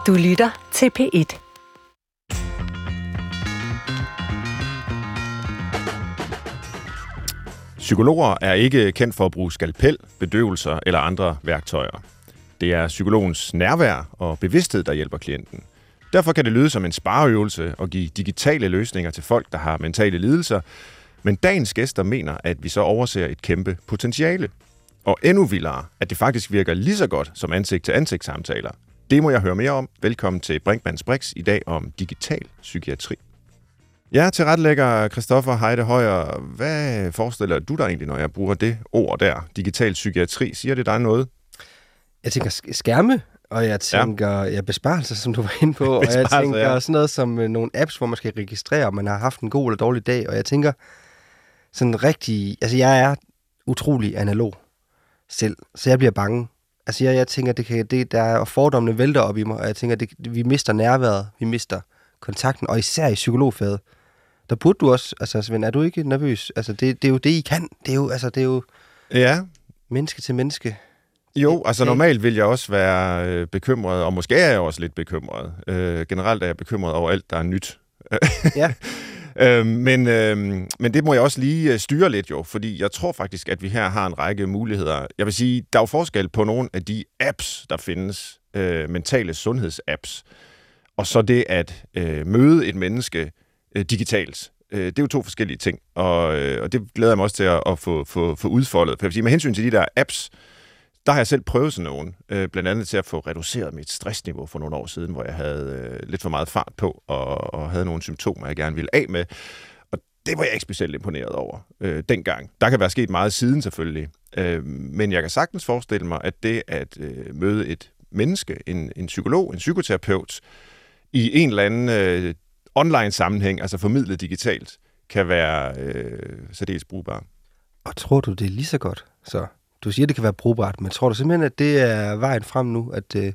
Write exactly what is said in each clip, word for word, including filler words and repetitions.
Du lytter til P et. Psykologer er ikke kendt for at bruge skalpel, bedøvelser eller andre værktøjer. Det er psykologens nærvær og bevidsthed, der hjælper klienten. Derfor kan det lyde som en spareøvelse at give digitale løsninger til folk, der har mentale lidelser. Men dagens gæster mener, at vi så overser et kæmpe potentiale. Og endnu vildere, at det faktisk virker lige så godt som ansigt-til-ansigt-samtaler. Det må jeg høre mere om. Velkommen til Brinkmanns Brix i dag om digital psykiatri. Ja, tilrettelægger Christoffer Heide Højer. Hvad forestiller du dig egentlig, når jeg bruger det ord der? Digital psykiatri, siger det dig noget? Jeg tænker skærme, og jeg tænker ja. Ja, besparelser, som du var inde på. Og jeg tænker ja. sådan noget som øh, nogle apps, hvor man skal registrere, om man har haft en god eller dårlig dag. Og jeg tænker sådan rigtig... Altså, jeg er utrolig analog selv, så jeg bliver bange. Altså, jeg, jeg tænker, det kan, det, der er fordommene vælter op i mig, og jeg tænker, det, vi mister nærværet, vi mister kontakten, og især i psykologfaget. Der burde du også, altså Svend, er du ikke nervøs? Altså, det, det er jo det, I kan. Det er jo, altså, det er jo ja. menneske til menneske. Jo, altså normalt vil jeg også være øh, bekymret, og måske er jeg også lidt bekymret. Øh, generelt er jeg bekymret over alt, der er nyt. Ja. øh, men, øh, men det må jeg også lige styre lidt jo, fordi jeg tror faktisk, at vi her har en række muligheder. Jeg vil sige, der er jo forskel på nogle af de apps, der findes, øh, mentale sundhedsapps, og så det at øh, møde et menneske øh, digitalt. Øh, det er jo to forskellige ting, og, øh, og det glæder jeg mig også til at, at få, få, få udfoldet. For jeg vil sige, med hensyn til de der apps, der har jeg selv prøvet sådan nogen, øh, blandt andet til at få reduceret mit stressniveau for nogle år siden, hvor jeg havde øh, lidt for meget fart på, og, og havde nogle symptomer, jeg gerne ville af med. Og det var jeg ikke specielt imponeret over øh, dengang. Der kan være sket meget siden selvfølgelig, øh, men jeg kan sagtens forestille mig, at det at øh, møde et menneske, en, en psykolog, en psykoterapeut, i en eller anden øh, online-sammenhæng, altså formidlet digitalt, kan være øh, særdeles brugbar. Og tror du, det er lige så godt, så... Du siger, det kan være brugbart, men tror du simpelthen, at det er vejen frem nu? At, øh...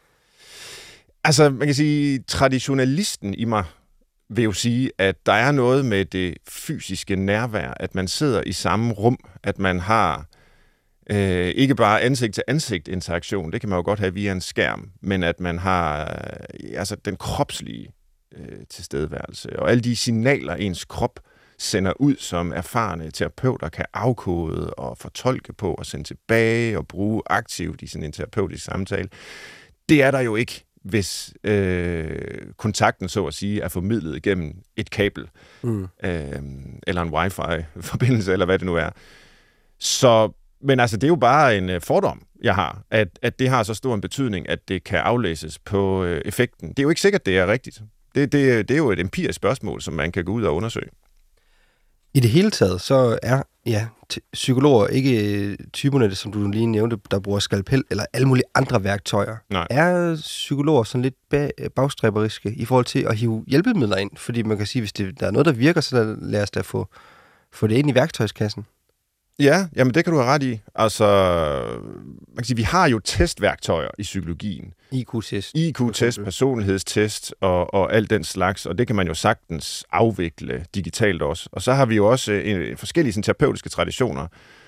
Altså, man kan sige, traditionalisten i mig vil jo sige, at der er noget med det fysiske nærvær, at man sidder i samme rum, at man har øh, ikke bare ansigt-til-ansigt-interaktion, det kan man jo godt have via en skærm, men at man har øh, altså den kropslige øh, tilstedeværelse, og alle de signaler, ens krop sender ud, som erfarne terapeuter kan afkode og fortolke på og sende tilbage og bruge aktivt i sådan en terapeutisk samtale. Det er der jo ikke, hvis øh, kontakten, så at sige, er formidlet igennem et kabel mm. øh, eller en wifi-forbindelse, eller hvad det nu er. Så, men altså, det er jo bare en fordom, jeg har, at, at det har så stor en betydning, at det kan aflæses på øh, effekten. Det er jo ikke sikkert, det er rigtigt. Det, det, det er jo et empirisk spørgsmål, som man kan gå ud og undersøge. I det hele taget, så er ja, t- psykologer ikke typerne, som du lige nævnte, der bruger skalpel eller alle mulige andre værktøjer. Nej. Er psykologer sådan lidt bag- bagstræberiske i forhold til at hive hjælpemidler ind? Fordi man kan sige, hvis det, der er noget, der virker, så lad os da få, få det ind i værktøjskassen. Ja, jamen det kan du have ret i. Altså, man kan sige, vi har jo testværktøjer i psykologien. I Q-test. I Q-test, personlighedstest og, og alt den slags, og det kan man jo sagtens afvikle digitalt også. Og så har vi jo også en, forskellige sådan, terapeutiske traditioner,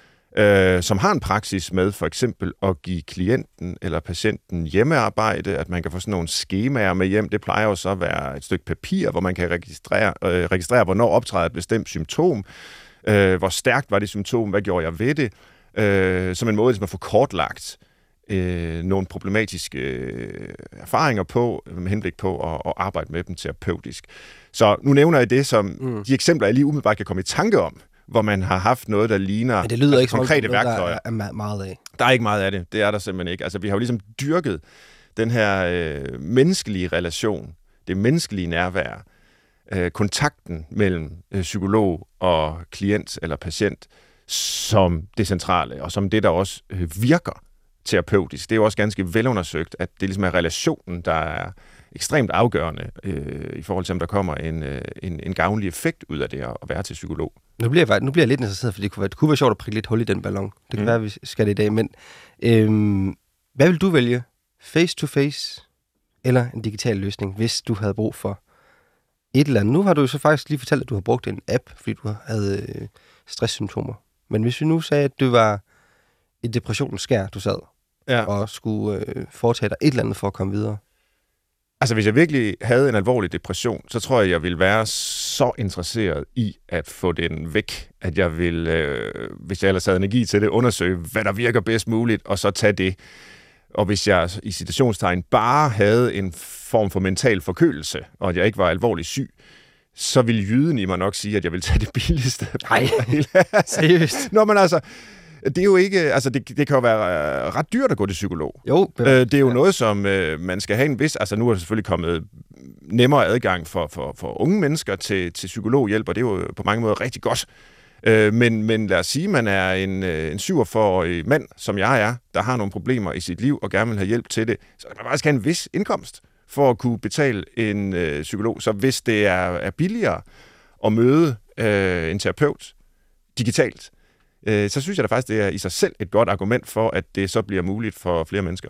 øh, som har en praksis med for eksempel at give klienten eller patienten hjemmearbejde, at man kan få sådan nogle skemaer med hjem. Det plejer jo så at være et stykke papir, hvor man kan registrere, øh, registrere hvornår optræder et bestemt symptom. Øh, hvor stærkt var det symptom, hvad gjorde jeg ved det, øh, som en måde at få kortlagt øh, nogle problematiske øh, erfaringer på, med henblik på at, at arbejde med dem terapeutisk. Så nu nævner jeg det som mm. de eksempler, jeg lige umiddelbart kan komme i tanke om, hvor man har haft noget, der ligner det lyder altså, ikke konkrete noget, værktøjer. Der er meget af. Der er ikke meget af det, det er der simpelthen ikke. Altså vi har jo ligesom dyrket den her øh, menneskelige relation, det menneskelige nærvær, kontakten mellem psykolog og klient eller patient som det centrale, og som det, der også virker terapeutisk. Det er jo også ganske velundersøgt, at det ligesom er relationen, der er ekstremt afgørende øh, i forhold til, om der kommer en, en, en gavnlig effekt ud af det at være til psykolog. Nu bliver jeg, nu bliver jeg lidt interesseret, for det kunne være, det kunne være sjovt at prikke lidt hul i den ballon. Det kan mm. være, at vi skal det i dag, men øhm, hvad vil du vælge? Face-to-face eller en digital løsning, hvis du havde brug for et eller andet? Nu har du jo så faktisk lige fortalt, at du har brugt en app, fordi du havde øh, stresssymptomer. Men hvis vi nu sagde, at det var et depressionsskær, du sad, ja. og skulle øh, foretage dig et eller andet for at komme videre. Altså, hvis jeg virkelig havde en alvorlig depression, så tror jeg, jeg ville være så interesseret i at få den væk, at jeg vil, øh, hvis jeg ellers havde energi til det, undersøge, hvad der virker bedst muligt, og så tage det. Og hvis jeg i citationstegn bare havde en form for mental forkølelse, og at jeg ikke var alvorligt syg, så ville jyden i mig nok sige, at jeg ville tage det billigste. Nej, seriøst. Nå, men altså, det er jo ikke, altså det, det kan jo være ret dyrt at gå til psykolog. Jo. Øh, det er jo ja. noget, som øh, man skal have en vis, altså nu er der selvfølgelig kommet nemmere adgang for, for, for unge mennesker til, til psykologhjælp, og det er jo på mange måder rigtig godt. Øh, men, men lad os sige, at man er en, en syvogfyrre-årig mand, som jeg er, der har nogle problemer i sit liv og gerne vil have hjælp til det, så kan man faktisk have en vis indkomst for at kunne betale en øh, psykolog. Så hvis det er, er billigere at møde øh, en terapeut digitalt, øh, så synes jeg da faktisk, det er i sig selv et godt argument for, at det så bliver muligt for flere mennesker.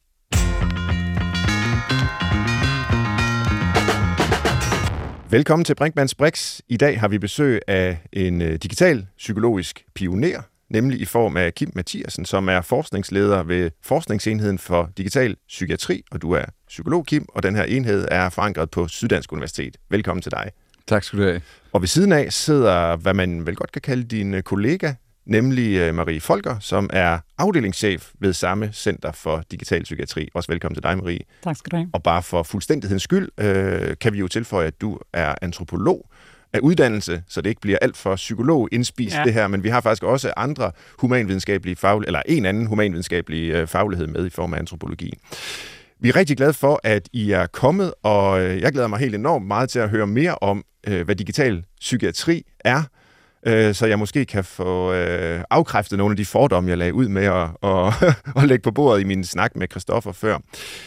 Velkommen til Brinkmanns Brix. I dag har vi besøg af en øh, digital psykologisk pioner, nemlig i form af Kim Mathiasen, som er forskningsleder ved Forskningsenheden for Digital Psykiatri, og du er psykolog, Kim, og den her enhed er forankret på Syddansk Universitet. Velkommen til dig. Tak skal du have. Og ved siden af sidder, hvad man vel godt kan kalde din kollega, nemlig Marie Folker, som er afdelingschef ved samme Center for Digital Psykiatri. Også velkommen til dig, Marie. Tak skal du have. Og bare for fuldstændighedens skyld, øh, kan vi jo tilføje, at du er antropolog af uddannelse, så det ikke bliver alt for psykolog indspist ja. det her, men vi har faktisk også andre humanvidenskabelige faglighed, eller en anden humanvidenskabelig øh, faglighed med i form af antropologi. Vi er rigtig glade for, at I er kommet, og jeg glæder mig helt enormt meget til at høre mere om, øh, hvad digital psykiatri er, øh, så jeg måske kan få øh, afkræftet nogle af de fordomme, jeg lagde ud med at, og, og lægge på bordet i min snak med Christoffer før.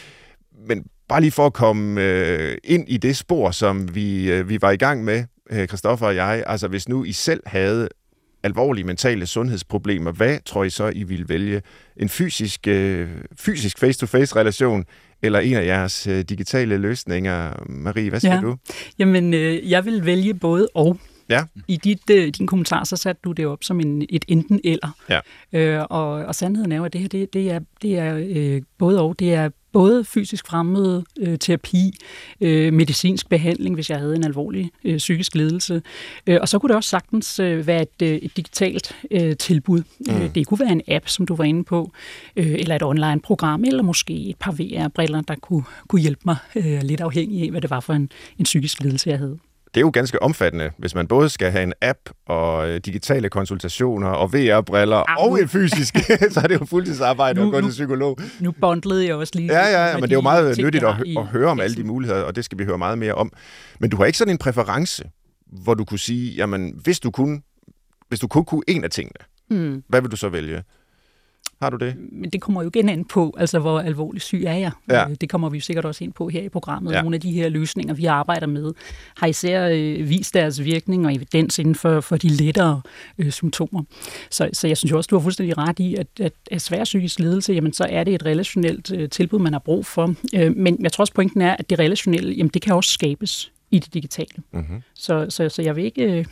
Men bare lige for at komme øh, ind i det spor, som vi, øh, vi var i gang med, øh, Christoffer og jeg, altså hvis nu I selv havde alvorlige mentale sundhedsproblemer, hvad tror I så, I ville vælge? En fysisk, øh, fysisk face-to-face-relation, eller en af jeres øh, digitale løsninger? Marie, hvad siger ja. du? Jamen, øh, jeg vil vælge både og. Ja. I dit, øh, din kommentar, så satte du det op som en, et enten-eller. Ja. Øh, og, og sandheden er jo, at det her, det, det er, det er øh, både og. Det er både fysisk fremmøde, øh, terapi, øh, medicinsk behandling, hvis jeg havde en alvorlig øh, psykisk lidelse. Øh, og så kunne det også sagtens øh, være et, øh, et digitalt øh, tilbud. Mm. Øh, det kunne være en app, som du var inde på, øh, eller et online-program, eller måske et par V R-briller, der kunne, kunne hjælpe mig øh, lidt afhængig af, hvad det var for en, en psykisk lidelse, jeg havde. Det er jo ganske omfattende, hvis man både skal have en app og digitale konsultationer og V R-briller ah, og et fysisk, så er det jo fuldtidsarbejde nu, at gå nu, til psykolog. Nu bondlede jeg også lige. Ja, ja, men det er jo meget nyttigt at, i, at høre om alle de muligheder, og det skal vi høre meget mere om. Men du har ikke sådan en præference, hvor du kunne sige, jamen, hvis du kunne, hvis du kunne, kunne en af tingene, hmm. hvad vil du så vælge? Har du det? Men det kommer jo igen ind på, altså hvor alvorligt syg er jeg. Ja. Det kommer vi jo sikkert også ind på her i programmet. Ja. Nogle af de her løsninger, vi arbejder med, har især øh, vist deres virkning og evidens inden for, for de lettere øh, symptomer. Så, så jeg synes jo også, du har fuldstændig ret i, at, at, at svær psykisk lidelse, jamen så er det et relationelt øh, tilbud, man har brug for. Øh, men jeg tror også, pointen er, at det relationelle, jamen det kan også skabes i det digitale. Mm-hmm. Så, så, så jeg vil ikke... Øh,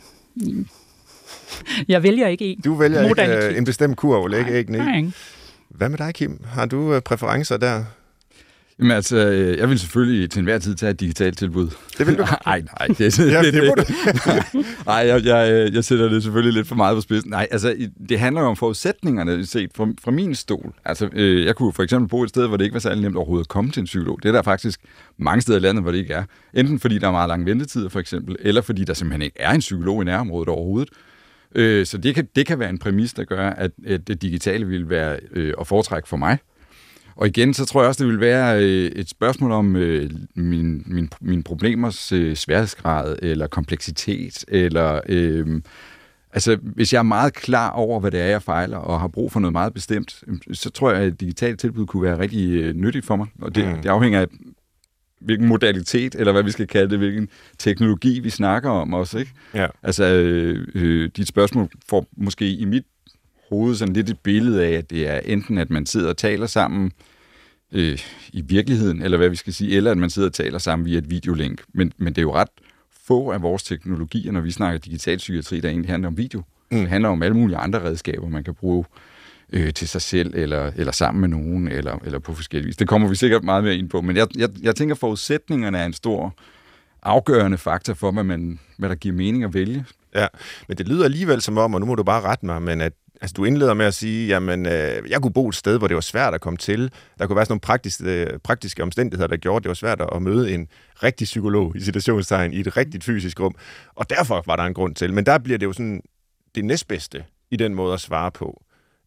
Jeg vælger ikke en. Du vælger modalitet. ikke uh, en bestemt kurv, eller ikke æg ned. Nej. Hvad med dig, Kim? Har du uh, præferencer der? Jamen altså, jeg vil selvfølgelig til enhver tid tage et digitalt tilbud. Det vil du? Nej, nej. Det, ja, det, det, det. Nej, jeg, jeg, jeg sætter det selvfølgelig lidt for meget på spidsen. Nej, altså, det handler jo om forudsætningerne set fra, fra min stol. Altså, øh, jeg kunne for eksempel bo et sted, hvor det ikke var særlig nemt overhovedet at komme til en psykolog. Det er der faktisk mange steder i landet, hvor det ikke er. Enten fordi der er meget lange ventetider, for eksempel, eller fordi der simpelthen ikke er en psykolog i nærområdet overhovedet. Øh, så det kan, det kan være en præmis, der gør, at, at det digitale vil være øh, at foretrække for mig. Og igen, så tror jeg også, det vil være øh, et spørgsmål om øh, min, min, mine problemers øh, sværhedsgrad, eller kompleksitet, eller... Øh, altså, hvis jeg er meget klar over, hvad det er, jeg fejler, og har brug for noget meget bestemt, så tror jeg, at et digitalt tilbud kunne være rigtig øh, nyttigt for mig. Og det, mm. det afhænger af, hvilken modalitet, eller hvad vi skal kalde det, hvilken teknologi, vi snakker om også, ikke? Ja. Altså, øh, øh, dit spørgsmål får måske i mit hoved sådan lidt et billede af, at det er enten, at man sidder og taler sammen øh, i virkeligheden, eller hvad vi skal sige, eller at man sidder og taler sammen via et videolink. Men, men det er jo ret få af vores teknologier, når vi snakker digital psykiatri, der egentlig handler om video. Mm. Det handler om alle mulige andre redskaber, man kan bruge øh, til sig selv, eller, eller sammen med nogen, eller, eller på forskellige vis. Det kommer vi sikkert meget mere ind på, men jeg, jeg, jeg tænker, at forudsætningerne er en stor afgørende faktor for, hvad, man, hvad der giver mening at vælge. Ja, men det lyder alligevel som om, og nu må du bare rette mig, men at altså, du indleder med at sige, jamen, øh, jeg kunne bo et sted, hvor det var svært at komme til. Der kunne være sådan nogle praktiske, praktiske omstændigheder, der gjorde, at det var svært at møde en rigtig psykolog i situationstegn i et rigtigt fysisk rum. Og derfor var der en grund til. Men der bliver det jo sådan det næstbedste i den måde at svare på.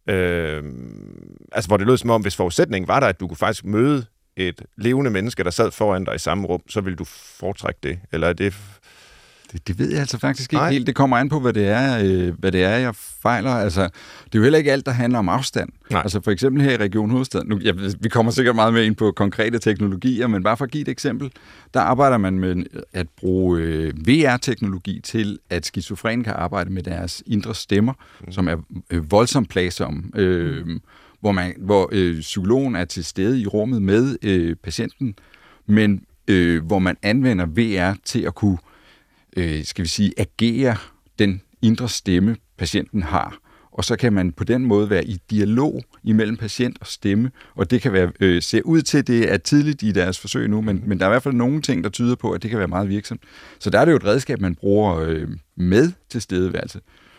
Øh, altså, hvor det lød som om, hvis forudsætningen var der, at du kunne faktisk møde et levende menneske, der sad foran dig i samme rum, så ville du foretrække det. Eller er det... Det, det ved jeg altså faktisk ikke Nej. helt. Det kommer an på, hvad det er, øh, hvad det er, jeg fejler. Altså, det er jo heller ikke alt, der handler om afstand. Nej. Altså for eksempel her i Region Hovedstaden. Nu, ja, vi kommer sikkert meget mere ind på konkrete teknologier, men bare for at give et eksempel, der arbejder man med at bruge øh, V R-teknologi til, at skizofrene kan arbejde med deres indre stemmer, mm. som er øh, voldsomt plagsomme. Øh, mm. hvor, man, hvor øh, psykologen er til stede i rummet med øh, patienten, men øh, hvor man anvender V R til at kunne Øh, skal vi sige, agere den indre stemme, patienten har. Og så kan man på den måde være i dialog imellem patient og stemme, og det kan være, øh, se ud til, det er tidligt i deres forsøg nu, men, men der er i hvert fald nogle ting, der tyder på, at det kan være meget virksomt. Så der er det jo et redskab, man bruger øh, med til stedeværelse.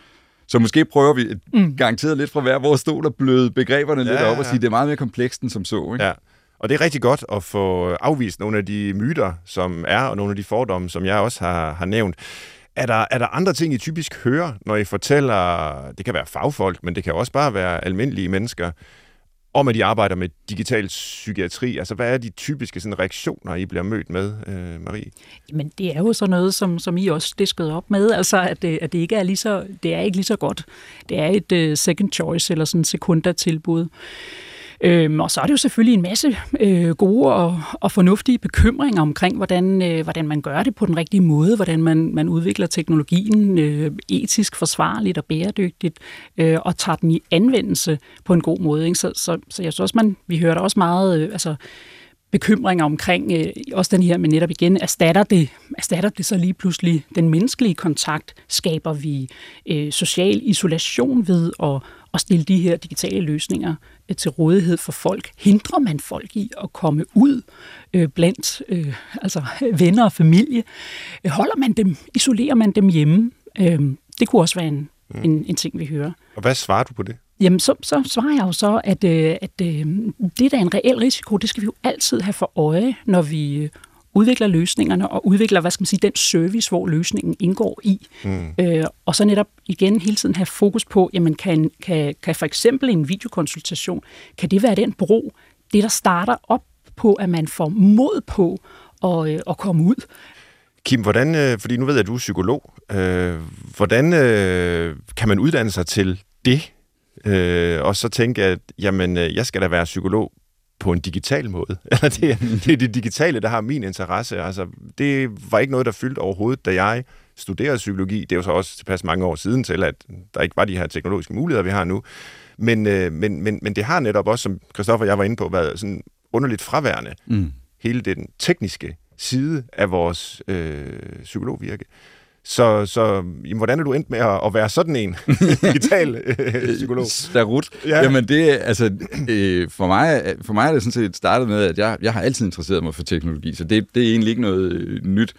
Så måske prøver vi mm. garanteret lidt fra hver vores stol at bløde begreberne ja, lidt op og sige, at det er meget mere komplekst end som så. Ikke? Ja. Og det er rigtig godt at få afvist nogle af de myter, som er, og nogle af de fordomme, som jeg også har, har nævnt. Er der, er der andre ting, I typisk hører, når I fortæller, det kan være fagfolk, men det kan også bare være almindelige mennesker, om at de arbejder med digital psykiatri? Altså, hvad er de typiske sådan, reaktioner, I bliver mødt med, øh, Marie? Men det er jo så noget, som, som I også diskede op med, altså at det, at det ikke er lige så, det er ikke lige så godt. Det er et uh, second choice, eller sådan et sekunda-tilbud. Øhm, og så er det jo selvfølgelig en masse øh, gode og, og fornuftige bekymringer omkring, hvordan, øh, hvordan man gør det på den rigtige måde, hvordan man, man udvikler teknologien øh, etisk forsvarligt og bæredygtigt, øh, og tager den i anvendelse på en god måde. Ikke? Så, så, så jeg synes også, man, vi hører der også meget øh, altså, bekymringer omkring, øh, også den her med netop igen, erstatter det, erstatter det så lige pludselig den menneskelige kontakt? Skaber vi øh, social isolation ved at at stille de her digitale løsninger til rådighed for folk? Hindrer man folk i at komme ud øh, blandt øh, altså venner og familie? Holder man dem, isolerer man dem hjemme? Øh, det kunne også være en, mm. en, en ting, vi hører. Og hvad svarer du på det? Jamen, så, så svarer jeg jo så, at, øh, at øh, det, der er en reel risiko, det skal vi jo altid have for øje, når vi udvikler løsningerne og udvikler, hvad skal man sige, den service, hvor løsningen indgår i. Mm. Øh, og så netop igen hele tiden have fokus på, jamen kan, kan, kan for eksempel en videokonsultation, kan det være den bro, det der starter op på, at man får mod på at, øh, at komme ud. Kim, hvordan, øh, fordi nu ved jeg, at du er psykolog, øh, hvordan øh, kan man uddanne sig til det? Øh, og så tænke, at jamen, jeg skal da være psykolog på en digital måde. Eller det, det er det digitale, der har min interesse. Altså, det var ikke noget, der fyldte overhovedet, da jeg studerede psykologi. Det er jo så også tilpas mange år siden til, at der ikke var de her teknologiske muligheder, vi har nu. Men, øh, men, men, men det har netop også, som Christoffer og jeg var inde på, været sådan underligt fraværende. Mm. Hele den tekniske side af vores øh, psykologvirke. Så, så jamen, hvordan er du endt med at, at være sådan en digital øh, psykolog? Starut. Ja. Jamen det, altså, øh, for, mig, for mig er det sådan set startet med, at jeg, jeg har altid interesseret mig for teknologi, så det, det er egentlig ikke noget øh, nyt.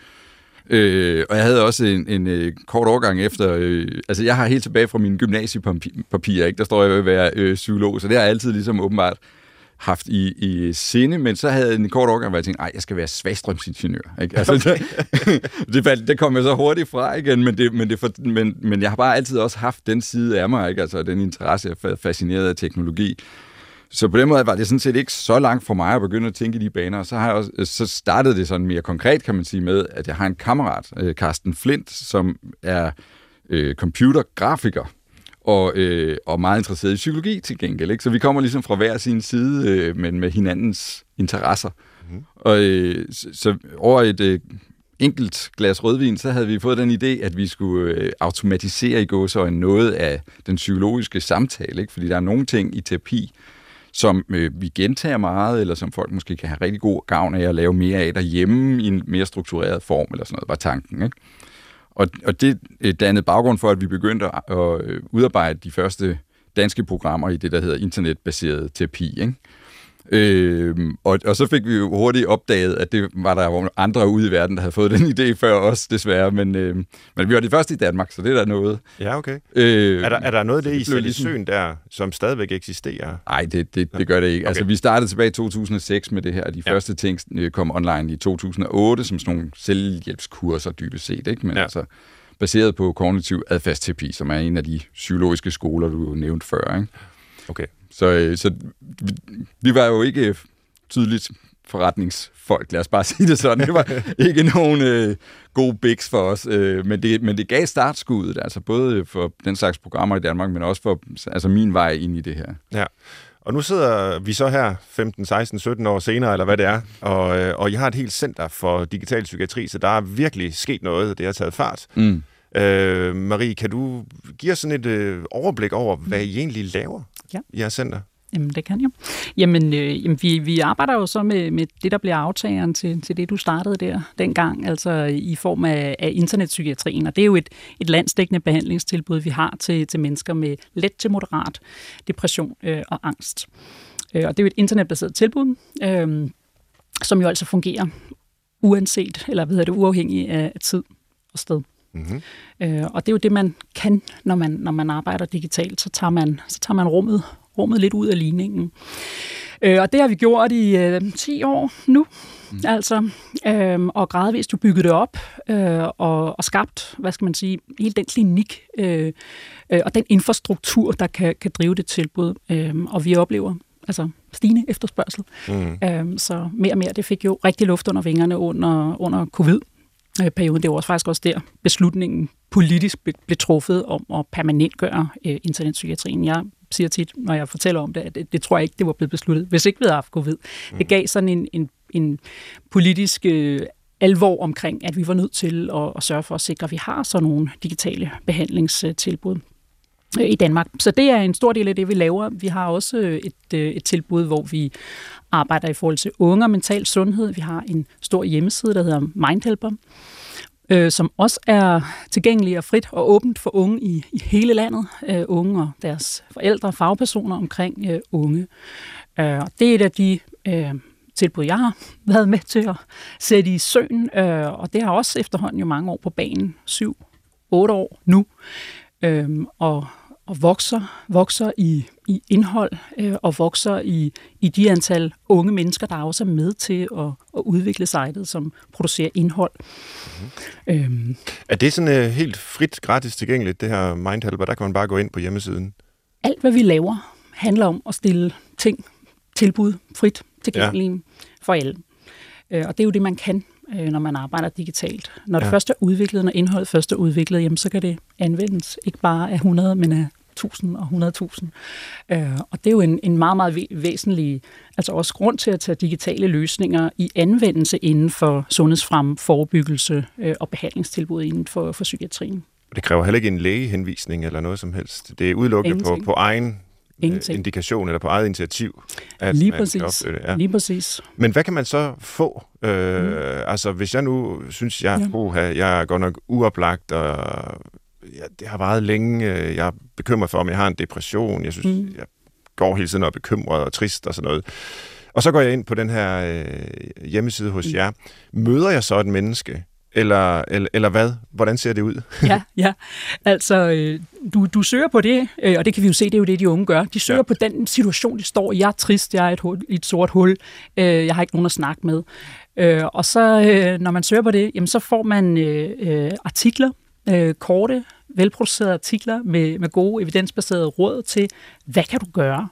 Øh, og jeg havde også en, en øh, kort overgang efter, øh, altså jeg har helt tilbage fra mine gymnasiepapirer, ikke? Der står jeg ved at være øh, psykolog, så det har jeg altid ligesom åbenbart haft i, i sinde, men så havde jeg en kort overgang, hvor jeg tænkte, ej, jeg skal være svagstrømsingeniør. Ikke? Altså, okay. det, det kom jeg så hurtigt fra igen, men, det, men, det for, men, men jeg har bare altid også haft den side af mig, ikke? Altså den interesse, jeg er fascineret af teknologi. Så på den måde var det sådan set ikke så langt for mig at begynde at tænke i de baner, og så, har jeg også, så startede det sådan mere konkret, kan man sige, med, at jeg har en kammerat, Carsten Flint, som er øh, computergrafiker, Og, øh, og meget interesseret i psykologi til gengæld. Ikke? Så vi kommer ligesom fra hver sin side, øh, men med hinandens interesser. Mm-hmm. Og øh, så, så over et øh, enkelt glas rødvin, så havde vi fået den idé, at vi skulle øh, automatisere i gåseøjne noget af den psykologiske samtale. Ikke? Fordi der er nogle ting i terapi, som øh, vi gentager meget, eller som folk måske kan have rigtig god gavn af at lave mere af derhjemme i en mere struktureret form, eller sådan noget, var tanken, ikke? Og, og det dannede baggrund for, at vi begyndte at, at udarbejde de første danske programmer i det, der hedder internetbaseret terapi, ikke? Øh, og, og så fik vi jo hurtigt opdaget, at det var der jo andre ude i verden, der havde fået den idé før os, desværre. Men, øh, men vi var de første i Danmark, så det er der noget. Ja, okay. Øh, er, der, er der noget af det, det I satte i søen der, som stadigvæk eksisterer? Nej, det, det, det gør det ikke. Okay. Altså, vi startede tilbage i to tusind og seks med det her, og de ja. første ting kom online i to tusind og otte, som sådan nogle selvhjælpskurser dybest set, ikke? Men ja. altså baseret på kognitiv adfærdsterapi, som er en af de psykologiske skoler, du nævnte før, ikke? Okay. Så, så vi, vi var jo ikke tydeligt forretningsfolk, lad os bare sige det sådan. Det var ikke nogen øh, god biks for os, øh, men, det, men det gav startskuddet, altså både for den slags programmer i Danmark, men også for altså min vej ind i det her. Ja, og nu sidder vi så her femten, seksten, sytten år senere, eller hvad det er, og, øh, og I har et helt center for digital psykiatri, så der er virkelig sket noget, det har taget fart. Mm. Øh, Marie, kan du give os sådan et øh, overblik over, hvad I egentlig laver ja. i jeres center? Jamen, det kan jeg. Jamen, øh, jamen vi, vi arbejder jo så med, med det, der bliver aftageren til, til det, du startede der dengang, altså i form af, af internetpsykiatrien. Og det er jo et, et landsdækkende behandlingstilbud, vi har til, til mennesker med let til moderat depression øh, og angst. Øh, og det er jo et internetbaseret tilbud, øh, som jo altså fungerer uanset, eller hvad hedder det, uafhængig af tid og sted. Mm-hmm. Øh, og det er jo det, man kan, når man, når man arbejder digitalt. Så tager man, så tager man rummet, rummet lidt ud af ligningen. Øh, og det har vi gjort i øh, ti år nu. Mm. Altså, øh, og gradvist jo bygget det op øh, og, og skabt, hvad skal man sige, hele den klinik øh, øh, og den infrastruktur, der kan, kan drive det tilbud. Øh, og vi oplever altså stigende efterspørgsel. Mm. Øh, så mere og mere, det fik jo rigtig luft under vingerne under, under covid. Perioden. Det var faktisk også der, beslutningen politisk blev truffet om at permanentgøre øh, internetpsykiatrien. Jeg siger tit, når jeg fortæller om det, at det, det tror jeg ikke, det var blevet besluttet, hvis ikke vi havde haft covid. Mm. Det gav sådan en, en, en politisk øh, alvor omkring, at vi var nødt til at, at sørge for at sikre, at vi har sådan nogle digitale behandlingstilbud øh, i Danmark. Så det er en stor del af det, vi laver. Vi har også et, øh, et tilbud, hvor vi arbejder i forhold til unge og mental sundhed. Vi har en stor hjemmeside, der hedder Mindhelper, øh, som også er tilgængelig og frit og åbent for unge i, i hele landet. Øh, unge og deres forældre og fagpersoner omkring øh, unge. Øh, det er et af de øh, tilbud, jeg har været med til at sætte i søen, øh, og det har også efterhånden jo mange år på banen. Syv, otte år nu. Øh, og og vokser, vokser i, i indhold øh, og vokser i, i de antal unge mennesker, der også er med til at, at udvikle sitet, som producerer indhold. Mm-hmm. Øhm. Er det sådan uh, helt frit, gratis tilgængeligt, det her Mindhelper? Der kan man bare gå ind på hjemmesiden? Alt, hvad vi laver, handler om at stille ting, tilbud, frit tilgængelige ja. for alle. Øh, og det er jo det, man kan, øh, når man arbejder digitalt. Når det ja. først er udviklet, når indholdet først er udviklet, jamen, så kan det anvendes ikke bare af hundrede, men af tusind og hundredtusind. Øh, og det er jo en, en meget, meget væsentlig, altså også grund til at tage digitale løsninger i anvendelse inden for sundhedsfremme, forebyggelse øh, og behandlingstilbud inden for, for psykiatrien. Det kræver heller ikke en lægehenvisning eller noget som helst. Det er udelukkende på, på egen Ingenting. indikation eller på eget initiativ. At Lige præcis. Det, ja. Lige præcis. Men hvad kan man så få? Øh, mm. Altså, hvis jeg nu synes, jeg, ja. uh, jeg er godt nok uoplagt, og ja, det har varet længe, jeg er bekymret for, om jeg har en depression, jeg synes, mm. jeg går hele tiden og er bekymret og trist og sådan noget. Og så går jeg ind på den her øh, hjemmeside hos mm. jer. Møder jeg så et menneske? Eller, eller, eller hvad? Hvordan ser det ud? ja, ja. Altså, øh, du, du søger på det, øh, og det kan vi jo se, det er jo det, de unge gør. De søger ja. på den situation, de står i. Jeg er trist, jeg er et, hul, et sort hul, øh, jeg har ikke nogen at snakke med. Øh, og så, øh, når man søger på det, jamen, så får man øh, øh, artikler, øh, korte, velproducerede artikler med, med gode, evidensbaserede råd til, hvad kan du gøre?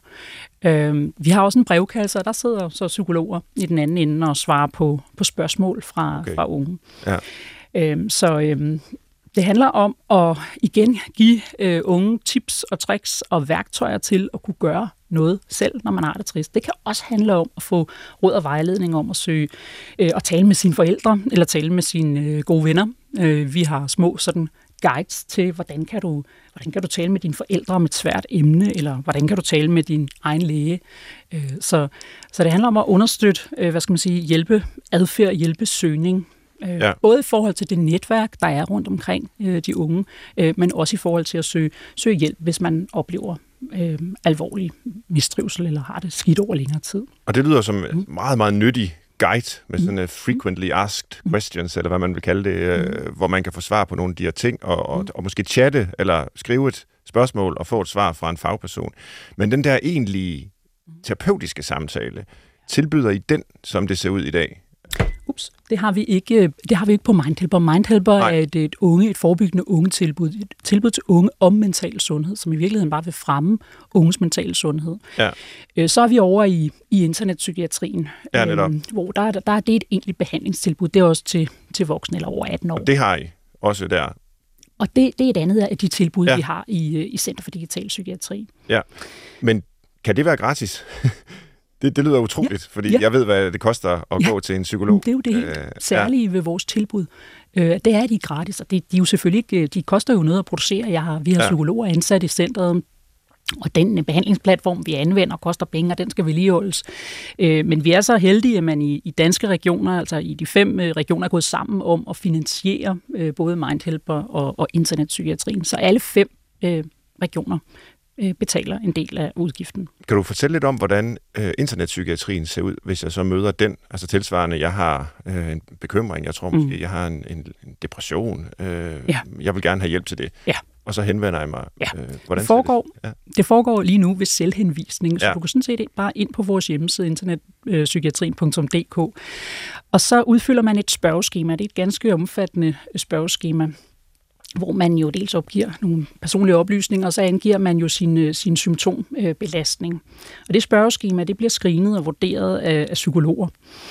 Øh, vi har også en brevkasse, og der sidder så psykologer i den anden ende og svarer på, på spørgsmål fra, okay. fra unge. Ja. Øh, så øh, det handler om at igen give øh, unge tips og tricks og værktøjer til at kunne gøre noget selv, når man har det trist. Det kan også handle om at få råd og vejledning om at søge øh, og tale med sine forældre eller tale med sine øh, gode venner. Øh, vi har små sådan guides til, hvordan kan du, hvordan kan du tale med dine forældre om et svært emne, eller hvordan kan du tale med din egen læge. Så, så det handler om at understøtte, hvad skal man sige, hjælpe, adfærd, hjælpesøgning. Ja. Både i forhold til det netværk, der er rundt omkring de unge, men også i forhold til at søge, søge hjælp, hvis man oplever øh, alvorlig mistrivsel eller har det skidt over længere tid. Og det lyder som en meget, meget nyttig guide med sådan en frequently asked questions, eller hvad man vil kalde det, øh, hvor man kan få svar på nogle af de her ting, og, og, og måske chatte eller skrive et spørgsmål og få et svar fra en fagperson. Men den der egentlige terapeutiske samtale, tilbyder I den, som det ser ud i dag? Ups, det har vi ikke, det har vi ikke på Mindhelper. Mindhelper Nej. er et, et unge, et forebyggende ungetilbud, et tilbud til unge om mental sundhed, som i virkeligheden bare vil fremme unges mentale sundhed. Ja. Så er vi over i, i internetpsykiatrien, ja, øh, hvor der, der er det et egentligt behandlingstilbud. Det er også til, til voksne eller over atten år. Og det har I også der? Og det, det er et andet af de tilbud, ja. vi har i, i Center for Digital Psykiatri. Ja, men kan det være gratis? Det, det lyder utroligt, ja, fordi ja. jeg ved, hvad det koster at ja. gå til en psykolog. Det er jo det helt øh, særlige ja. ved vores tilbud. Øh, det er, de er gratis, og det, de er jo selvfølgelig ikke, de koster jo noget at producere. Jeg har, vi har ja. psykologer ansat i centret, og den behandlingsplatform, vi anvender, koster penge, og den skal vedligeholdes. Øh, men vi er så heldige, at man i, i danske regioner, altså i de fem øh, regioner, er gået sammen om at finansiere øh, både Mindhelper og, og internetpsykiatrien. Så alle fem øh, regioner betaler en del af udgiften. Kan du fortælle lidt om, hvordan øh, internetpsykiatrien ser ud, hvis jeg så møder den? Altså tilsvarende, jeg har øh, en bekymring, jeg tror måske, mm. jeg har en, en, en depression. Øh, ja. Jeg vil gerne have hjælp til det. Ja. Og så henvender jeg mig. Ja. Øh, hvordan det, foregår, det? Ja. det foregår lige nu ved selvhenvisning, så ja. du kan sådan set bare ind på vores hjemmeside, internetpsykiatrien punktum d k, og så udfylder man et spørgeskema. Det er et ganske omfattende spørgeskema, hvor man jo dels opgiver nogle personlige oplysninger, og så angiver man jo sin, sin symptombelastning. Og det spørgeskema, det bliver screenet og vurderet af, af psykologer.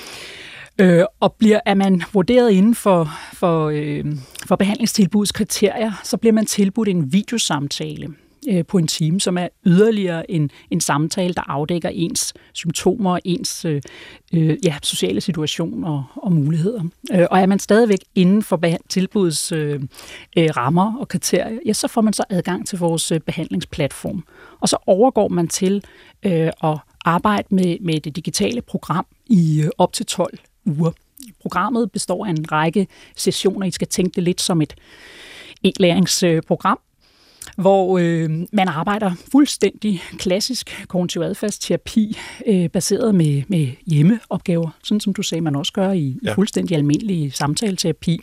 Øh, og bliver, er man vurderet inden for, for, øh, for behandlingstilbudets kriterier, så bliver man tilbudt en videosamtale øh, på en time, som er yderligere en, en samtale, der afdækker ens symptomer, ens øh, ja, sociale situation og, og muligheder. Øh, og er man stadigvæk inden for tilbudets øh, øh, rammer og kriterier, ja, så får man så adgang til vores øh, behandlingsplatform. Og så overgår man til øh, at arbejde med, med det digitale program i øh, op til tolv uger. Programmet består af en række sessioner. I skal tænke det lidt som et e-læringsprogram, hvor øh, man arbejder fuldstændig klassisk kognitiv adfærdsterapi, øh, baseret med, med hjemmeopgaver, sådan som du sagde, man også gør i, ja. i fuldstændig almindelig samtaleterapi.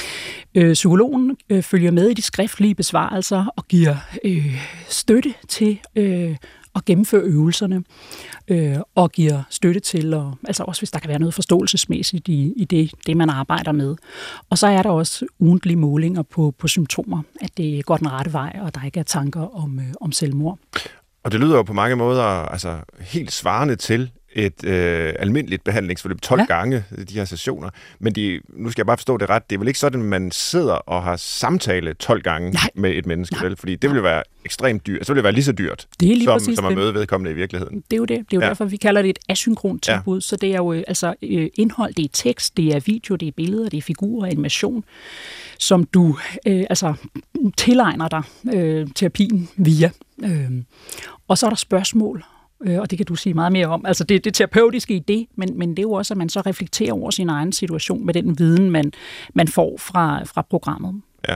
Øh, psykologen øh, følger med i de skriftlige besvarelser og giver øh, støtte til øh, at gennemføre øvelserne, øh, og giver støtte til, og, altså også hvis der kan være noget forståelsesmæssigt i, i det, det, man arbejder med. Og så er der også ugentlige målinger på, på symptomer, at det går den rette vej, og der ikke er tanker om, øh, om selvmord. Og det lyder jo på mange måder altså, helt svarende til et øh, almindeligt behandlingsforløb tolv ja. gange, de her sessioner. Men de, nu skal jeg bare forstå det ret, det er vel ikke sådan, at man sidder og har samtale tolv gange Nej. med et menneske, vel? Fordi det ville være ekstremt dyrt. Så ville det være lige så dyrt, det er lige som, som at møde vedkommende i virkeligheden. Det er jo det. Det er jo ja. derfor, vi kalder det et asynkront tilbud. Ja. Så det er jo altså indhold, det er tekst, det er video, det er billeder, det er figurer, animation, som du øh, altså tilegner dig øh, terapien via. Øh, og så er der spørgsmål, og det kan du sige meget mere om. Altså det, det terapeutiske i det, men, men det er jo også, at man så reflekterer over sin egen situation med den viden, man, man får fra, fra programmet. Ja.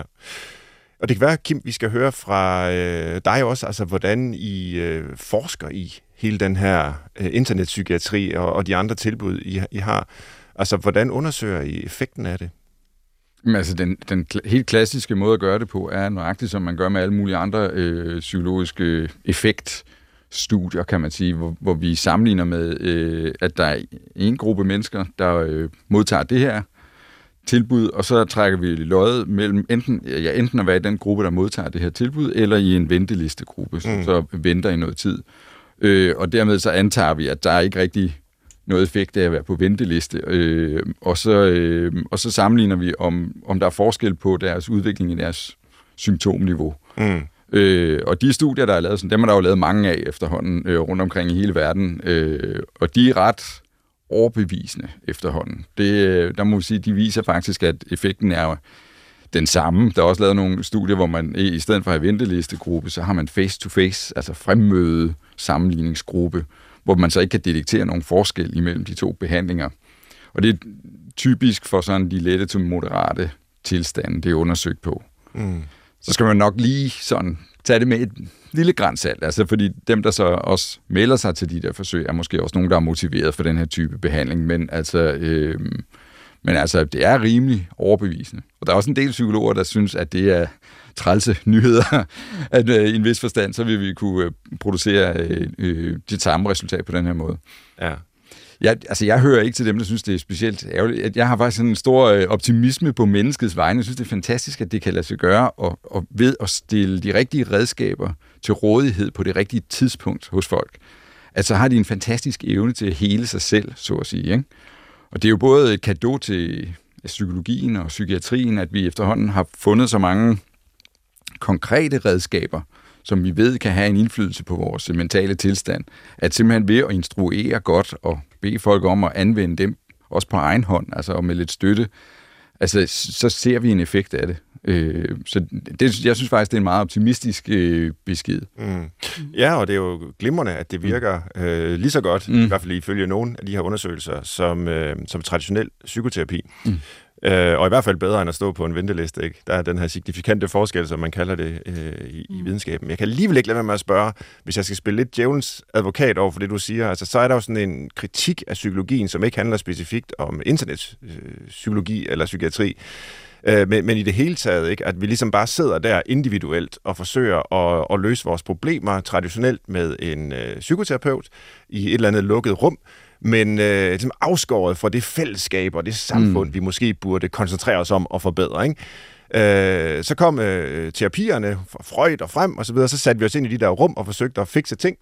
Og det kan være, Kim, vi skal høre fra øh, dig også, altså hvordan I øh, forsker i hele den her øh, internetpsykiatri og, og de andre tilbud, I, I har. Altså, hvordan undersøger I effekten af det? Men altså, den, den helt klassiske måde at gøre det på, er nøjagtigt, som man gør med alle mulige andre øh, psykologiske effekt studier, kan man sige, hvor, hvor vi sammenligner med, øh, at der er en gruppe mennesker, der øh, modtager det her tilbud, og så trækker vi loddet mellem enten, ja, enten at være i den gruppe, der modtager det her tilbud, eller i en ventelistegruppe, som mm. så venter i noget tid. Øh, og dermed så antager vi, at der er ikke rigtig noget effekt af at være på venteliste, øh, og, så, øh, og så sammenligner vi, om, om der er forskel på deres udvikling i deres symptomniveau. Mm. Øh, og de studier, der er lavet, sådan, dem er der jo lavet mange af efterhånden øh, rundt omkring i hele verden, øh, og de er ret overbevisende efterhånden. Det, der må vi sige, de viser faktisk, at effekten er den samme. Der er også lavet nogle studier, hvor man i stedet for at have ventelistegruppe, så har man face-to-face, altså fremmøde sammenligningsgruppe, hvor man så ikke kan detektere nogen forskel imellem de to behandlinger. Og det er typisk for sådan de lette til moderate tilstande, det er undersøgt på. Mm. Så skal man nok lige sådan tage det med et lille gran salt, altså fordi dem, der så også melder sig til de der forsøg, er måske også nogen, der er motiveret for den her type behandling, men altså, øh, men altså det er rimelig overbevisende. Og der er også en del psykologer, der synes, at det er trælse nyheder, at øh, i en vis forstand, så vil vi kunne øh, producere øh, øh, det samme resultat på den her måde. Ja. Jeg, altså, jeg hører ikke til dem, der synes, det er specielt ærgerligt. Jeg har faktisk sådan en stor øh, optimisme på menneskets vegne. Jeg synes, det er fantastisk, at det kan lade sig gøre, og, og ved at stille de rigtige redskaber til rådighed på det rigtige tidspunkt hos folk. Altså har de en fantastisk evne til at hele sig selv, så at sige. Ikke? Og det er jo både et cadeau til psykologien og psykiatrien, at vi efterhånden har fundet så mange konkrete redskaber, som vi ved kan have en indflydelse på vores mentale tilstand, at simpelthen ved at instruere godt og bede folk om at anvende dem, også på egen hånd, altså og med lidt støtte, altså så ser vi en effekt af det. Øh, så det, jeg synes faktisk, det er en meget optimistisk øh, besked. Mm. Ja, og det er jo glimrende, at det virker øh, lige så godt, mm. i hvert fald ifølge nogle af de her undersøgelser, som, øh, som traditionel psykoterapi. Mm. Øh, og i hvert fald bedre end at stå på en venteliste, ikke? Der er den her signifikante forskel, som man kalder det øh, i, i videnskaben. Jeg kan alligevel ikke lade være med at spørge, hvis jeg skal spille lidt djævelens advokat over for det, du siger, altså så er der jo sådan en kritik af psykologien, som ikke handler specifikt om internetpsykologi øh, eller psykiatri, øh, men, men i det hele taget, ikke? At vi ligesom bare sidder der individuelt og forsøger at, at løse vores problemer traditionelt med en øh, psykoterapeut i et eller andet lukket rum, men øh, ligesom afskåret fra det fællesskab og det samfund, mm. vi måske burde koncentrere os om at forbedre. Ikke? Øh, så kom øh, terapierne fra Freud og frem, og så videre, så satte vi os ind i de der rum og forsøgte at fikse ting.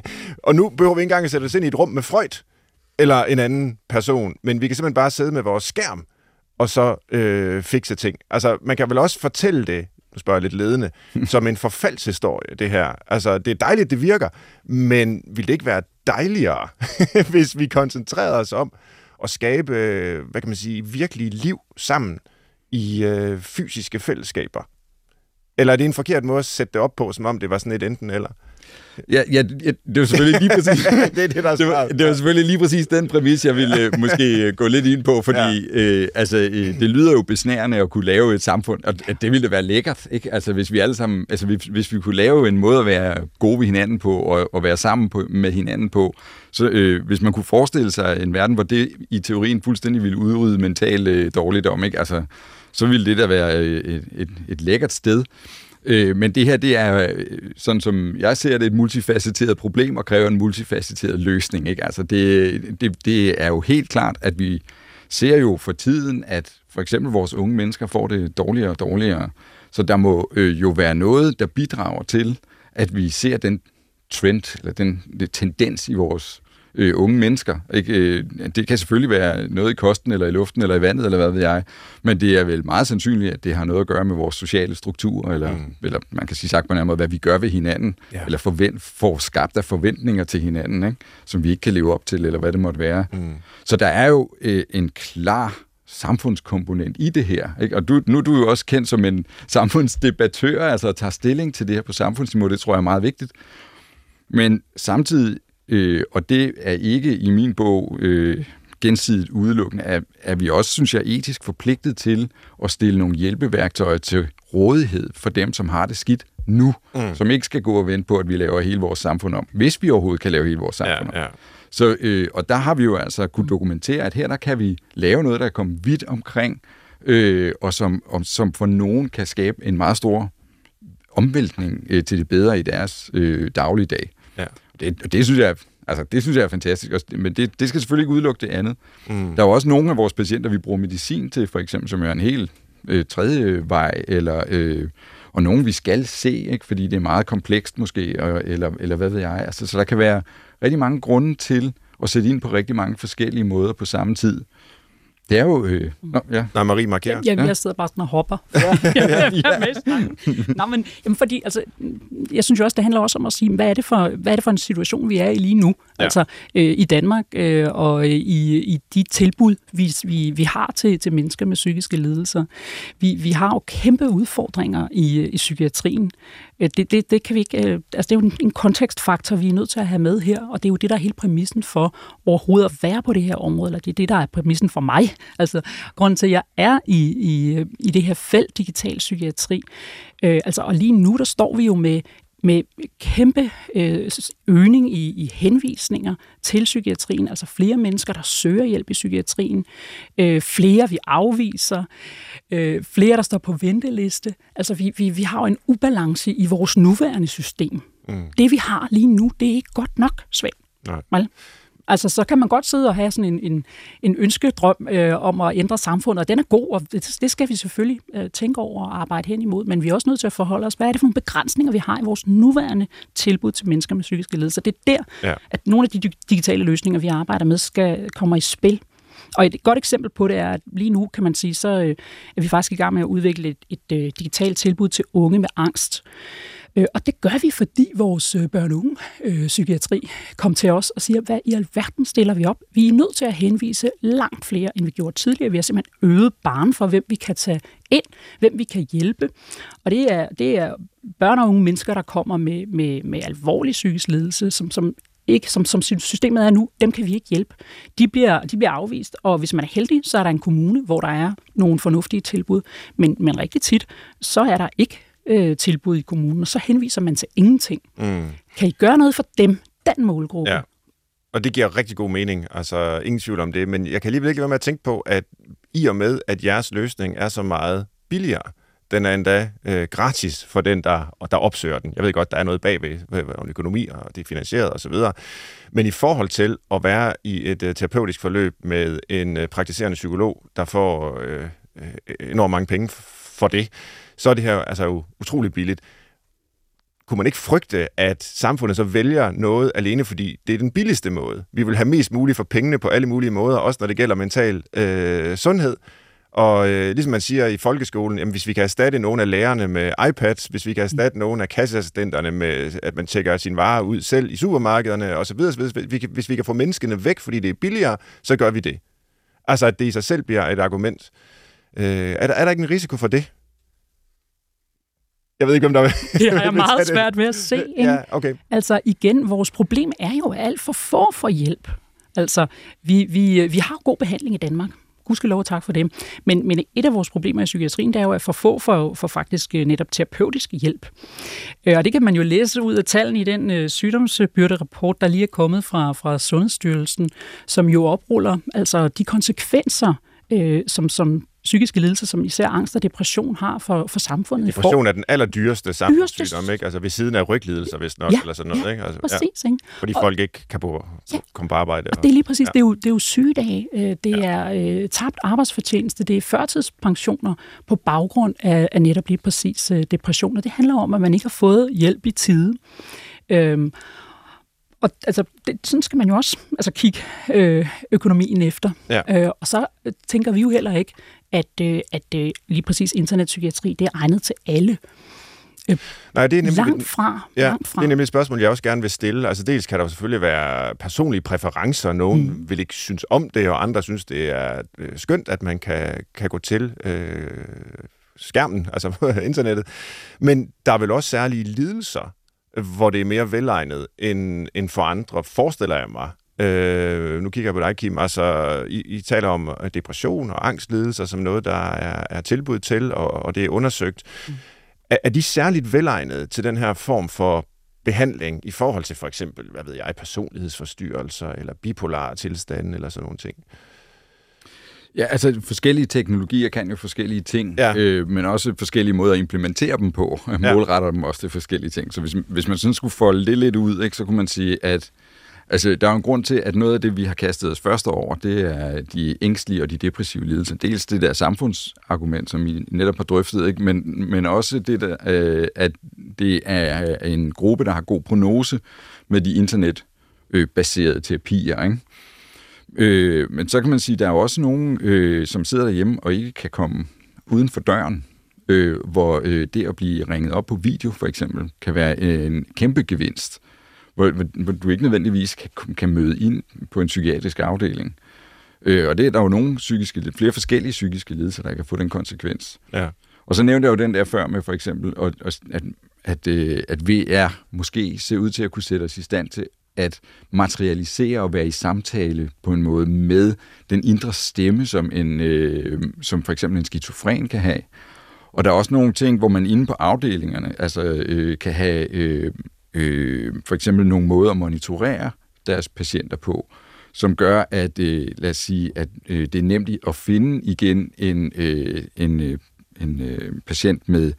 Og nu behøver vi ikke engang at sætte os ind i et rum med Freud eller en anden person, men vi kan simpelthen bare sidde med vores skærm og så øh, fikse ting. Altså, man kan vel også fortælle det, nu spørger jeg lidt ledende, som en forfaldshistorie, det her. Altså, det er dejligt, det virker, men vil det ikke være dejligere, hvis vi koncentrerer os om at skabe, hvad kan man sige, virkelige liv sammen i øh, fysiske fællesskaber? Eller er det en forkert måde at sætte det op på, som om det var sådan et enten eller? Ja, ja, det var selvfølgelig lige præcis det, er det, der er det, var, det var selvfølgelig lige præcis den præmis, jeg ville øh, måske gå lidt ind på, fordi ja. øh, altså, øh, det lyder jo besnærende at kunne lave et samfund, og det ville da være lækkert, ikke? Altså hvis vi alle sammen, altså hvis, hvis vi kunne lave en måde at være gode ved hinanden på, og, og være sammen på, med hinanden på, så øh, hvis man kunne forestille sig en verden, hvor det i teorien fuldstændig ville udrydde mental øh, dårligdom, ikke? Altså, så ville det da være øh, et, et, et lækkert sted. Men det her, det er, sådan som jeg ser det, et multifacetteret problem og kræver en multifacetteret løsning. Ikke? Altså det, det, det er jo helt klart, at vi ser jo for tiden, at for eksempel vores unge mennesker får det dårligere og dårligere. Så der må øh, jo være noget, der bidrager til, at vi ser den trend, eller den, den tendens i vores øh, unge mennesker. Ikke? Det kan selvfølgelig være noget i kosten, eller i luften, eller i vandet, eller hvad ved jeg. Men det er vel meget sandsynligt, at det har noget at gøre med vores sociale struktur, eller, mm. eller man kan sige sagt på en anden måde, hvad vi gør ved hinanden, ja. eller forvent, får skabt af forventninger til hinanden, ikke? Som vi ikke kan leve op til, eller hvad det måtte være. Mm. Så der er jo øh, en klar samfundskomponent i det her. Ikke? Og du, nu er du jo også kendt som en samfundsdebattør, altså at tage stilling til det her på samfundsniveau, det tror jeg er meget vigtigt. Men samtidig, øh, og det er ikke i min bog øh, gensidigt udelukkende, er, er vi også, synes jeg, etisk forpligtet til at stille nogle hjælpeværktøjer til rådighed for dem, som har det skidt nu, mm. som ikke skal gå og vente på, at vi laver hele vores samfund om, hvis vi overhovedet kan lave hele vores samfund ja, ja. om. Så, øh, og der har vi jo altså kunne dokumentere, at her der kan vi lave noget, der kommer vidt omkring, øh, og som, om, som for nogen kan skabe en meget stor omvæltning øh, til det bedre i deres øh, dagligdag. Ja. Det, og det synes jeg, altså det synes jeg er fantastisk, men det, det skal selvfølgelig ikke udelukke det andet. Mm. Der er jo også nogle af vores patienter, vi bruger medicin til, for eksempel, som er en helt øh, tredje vej, eller øh, og nogen vi skal se, ikke, fordi det er meget komplekst måske, og, eller, eller hvad ved jeg. Altså, så der kan være rigtig mange grunde til at sætte ind på rigtig mange forskellige måder på samme tid. Det er jo... Øh, nå, ja. Nej, Marie markerer. Ja, jeg sidder bare sådan og hopper. Ja. jeg er med Nå, men jamen, fordi, altså, jeg synes jo også, det handler også om at sige, hvad er det for, hvad er det for en situation, vi er i lige nu? Ja. Altså, øh, i Danmark øh, og i, i de tilbud, vi, vi, vi har til, til mennesker med psykiske lidelser. Vi, vi har jo kæmpe udfordringer i, i psykiatrien. Det, det, det kan vi ikke, altså det er jo en, en kontekstfaktor, vi er nødt til at have med her, og det er jo det, der er hele præmissen for overhovedet at være på det her område, eller det er det, der er præmissen for mig. Altså grunden til, at jeg er i, i, i det her felt digital psykiatri. Øh, altså, og lige nu, der står vi jo med med kæmpe øh, øgning i, i henvisninger til psykiatrien, altså flere mennesker, der søger hjælp i psykiatrien, øh, flere vi afviser, øh, flere, der står på venteliste. Altså vi, vi, vi har jo en ubalance i vores nuværende system. Mm. Det vi har lige nu, det er ikke godt nok, Svend. Nej. Altså, så kan man godt sidde og have sådan en, en, en ønskedrøm øh, om at ændre samfundet, og den er god, og det, det skal vi selvfølgelig øh, tænke over og arbejde hen imod, men vi er også nødt til at forholde os, hvad er det for nogle begrænsninger, vi har i vores nuværende tilbud til mennesker med psykiske lidelser. Det er der, ja. at nogle af de digitale løsninger, vi arbejder med, skal komme i spil. Og et godt eksempel på det er, at lige nu, kan man sige, så øh, er vi faktisk i gang med at udvikle et, et øh, digitalt tilbud til unge med angst. Og det gør vi, fordi vores børn- og unge øh, psykiatri kom til os og siger, hvad i alverden stiller vi op? Vi er nødt til at henvise langt flere, end vi gjorde tidligere. Vi har simpelthen øget barren for, hvem vi kan tage ind, hvem vi kan hjælpe. Og det er, det er børn og unge mennesker, der kommer med, med, med alvorlig psykisk lidelse, som, som ikke, som, som systemet er nu, dem kan vi ikke hjælpe. De bliver, de bliver afvist, og hvis man er heldig, så er der en kommune, hvor der er nogle fornuftige tilbud. Men, men rigtig tit, så er der ikke tilbud i kommunen, og så henviser man til ingenting. Mm. Kan I gøre noget for dem, den målgruppe? Ja, og det giver rigtig god mening, altså ingen tvivl om det, men jeg kan alligevel ikke være med at tænke på, at i og med, at jeres løsning er så meget billigere, den er endda øh, gratis for den, der, der opsøger den. Jeg ved godt, der er noget bagved, om økonomi, og det er finansieret osv., men i forhold til at være i et uh, terapeutisk forløb med en uh, praktiserende psykolog, der får øh, enormt mange penge for det, så er det her altså jo utroligt billigt. Kunne man ikke frygte, at samfundet så vælger noget alene, fordi det er den billigste måde? Vi vil have mest muligt for pengene på alle mulige måder, også når det gælder mental øh, sundhed. Og øh, ligesom man siger i folkeskolen, jamen, hvis vi kan erstatte nogle af lærerne med iPads, hvis vi kan erstatte nogle af kasseassistenterne med, at man tjekker sine varer ud selv i supermarkederne osv., hvis vi kan få menneskene væk, fordi det er billigere, så gør vi det. Altså, at det i sig selv bliver et argument. Øh, er, der, er der ikke en risiko for det? Jeg ved ikke, om der vil... Det har jeg meget svært ved at se. Ja, okay. Altså igen, vores problem er jo alt for få for hjælp. Altså, vi, vi, vi har god behandling i Danmark. Gudskelov og tak for det. Men, men et af vores problemer i psykiatrien, det er jo, at for få for, for faktisk netop terapeutisk hjælp. Og det kan man jo læse ud af tallene i den uh, sygdomsbyrderapport, der lige er kommet fra, fra Sundhedsstyrelsen, som jo opruller altså de konsekvenser, øh, som, som psykiske lidelser, som især angst og depression har for, for samfundet. Depression er den allerdyreste samfundssygdom, ikke? Altså ved siden af ryglidelser, hvis nok, ja, eller sådan noget, ja, ikke? Altså, præcis, ikke? Fordi og, folk ikke kan på, ja, komme på arbejde. Og, og det er lige præcis, ja. det, er jo, det er jo sygedage, det ja. er øh, tabt arbejdsfortjeneste, det er førtidspensioner på baggrund af, af netop lige præcis øh, depressioner. Det handler om, at man ikke har fået hjælp i tide. Øhm, Og altså, det, sådan skal man jo også altså, kigge øh, økonomien efter. Ja. Øh, og så tænker vi jo heller ikke, at, øh, at øh, lige præcis internetpsykiatri, det er egnet til alle. Øh, Nej, det er nemlig, langt fra, ja, langt fra. Det er nemlig et spørgsmål, jeg også gerne vil stille. Altså dels kan der selvfølgelig være personlige præferencer. Nogen mm. vil ikke synes om det, og andre synes, det er øh, skønt, at man kan, kan gå til øh, skærmen, altså internettet. Men der er vel også særlige lidelser, hvor det er mere velegnet end, end for andre, forestiller jeg mig. Øh, nu kigger jeg på dig, Kim. Altså, I, I taler om depression og angstlidelser som noget, der er, er tilbud til, og, og det er undersøgt. Mm. Er, er de særligt velegnede til den her form for behandling i forhold til for eksempel, hvad ved jeg, personlighedsforstyrrelser eller bipolare tilstande eller sådan nogle ting? Ja, altså forskellige teknologier kan jo forskellige ting, ja. øh, men også forskellige måder at implementere dem på. Ja. Målretter dem også til forskellige ting. Så hvis, hvis man sådan skulle folde det lidt ud, ikke, så kunne man sige, at altså, der er en grund til, at noget af det, vi har kastet os først over, det er de ængstlige og de depressive lidelser. Dels det der samfundsargument, som I netop har drøftet, ikke? Men, men også det der, øh, at det er en gruppe, der har god prognose med de internetbaserede terapier, ikke? Øh, men så kan man sige, at der er jo også nogen, øh, som sidder derhjemme og ikke kan komme uden for døren, øh, hvor øh, det at blive ringet op på video for eksempel, kan være en kæmpe gevinst, hvor, hvor du ikke nødvendigvis kan, kan møde ind på en psykiatrisk afdeling. Øh, og det er der jo nogle psykiske, flere forskellige psykiske lidelser, der kan få den konsekvens. Ja. Og så nævnte jeg jo den der før med for eksempel, at, at at, øh, at V R måske ser ud til at kunne sætte os i stand til at materialisere og være i samtale på en måde med den indre stemme, som, en, øh, som for eksempel en skizofren kan have. Og der er også nogle ting, hvor man inde på afdelingerne altså, øh, kan have øh, øh, for eksempel nogle måder at monitorere deres patienter på, som gør, at øh, lad os sige, at øh, det er nemt at finde igen en, øh, en, øh, en øh, patient med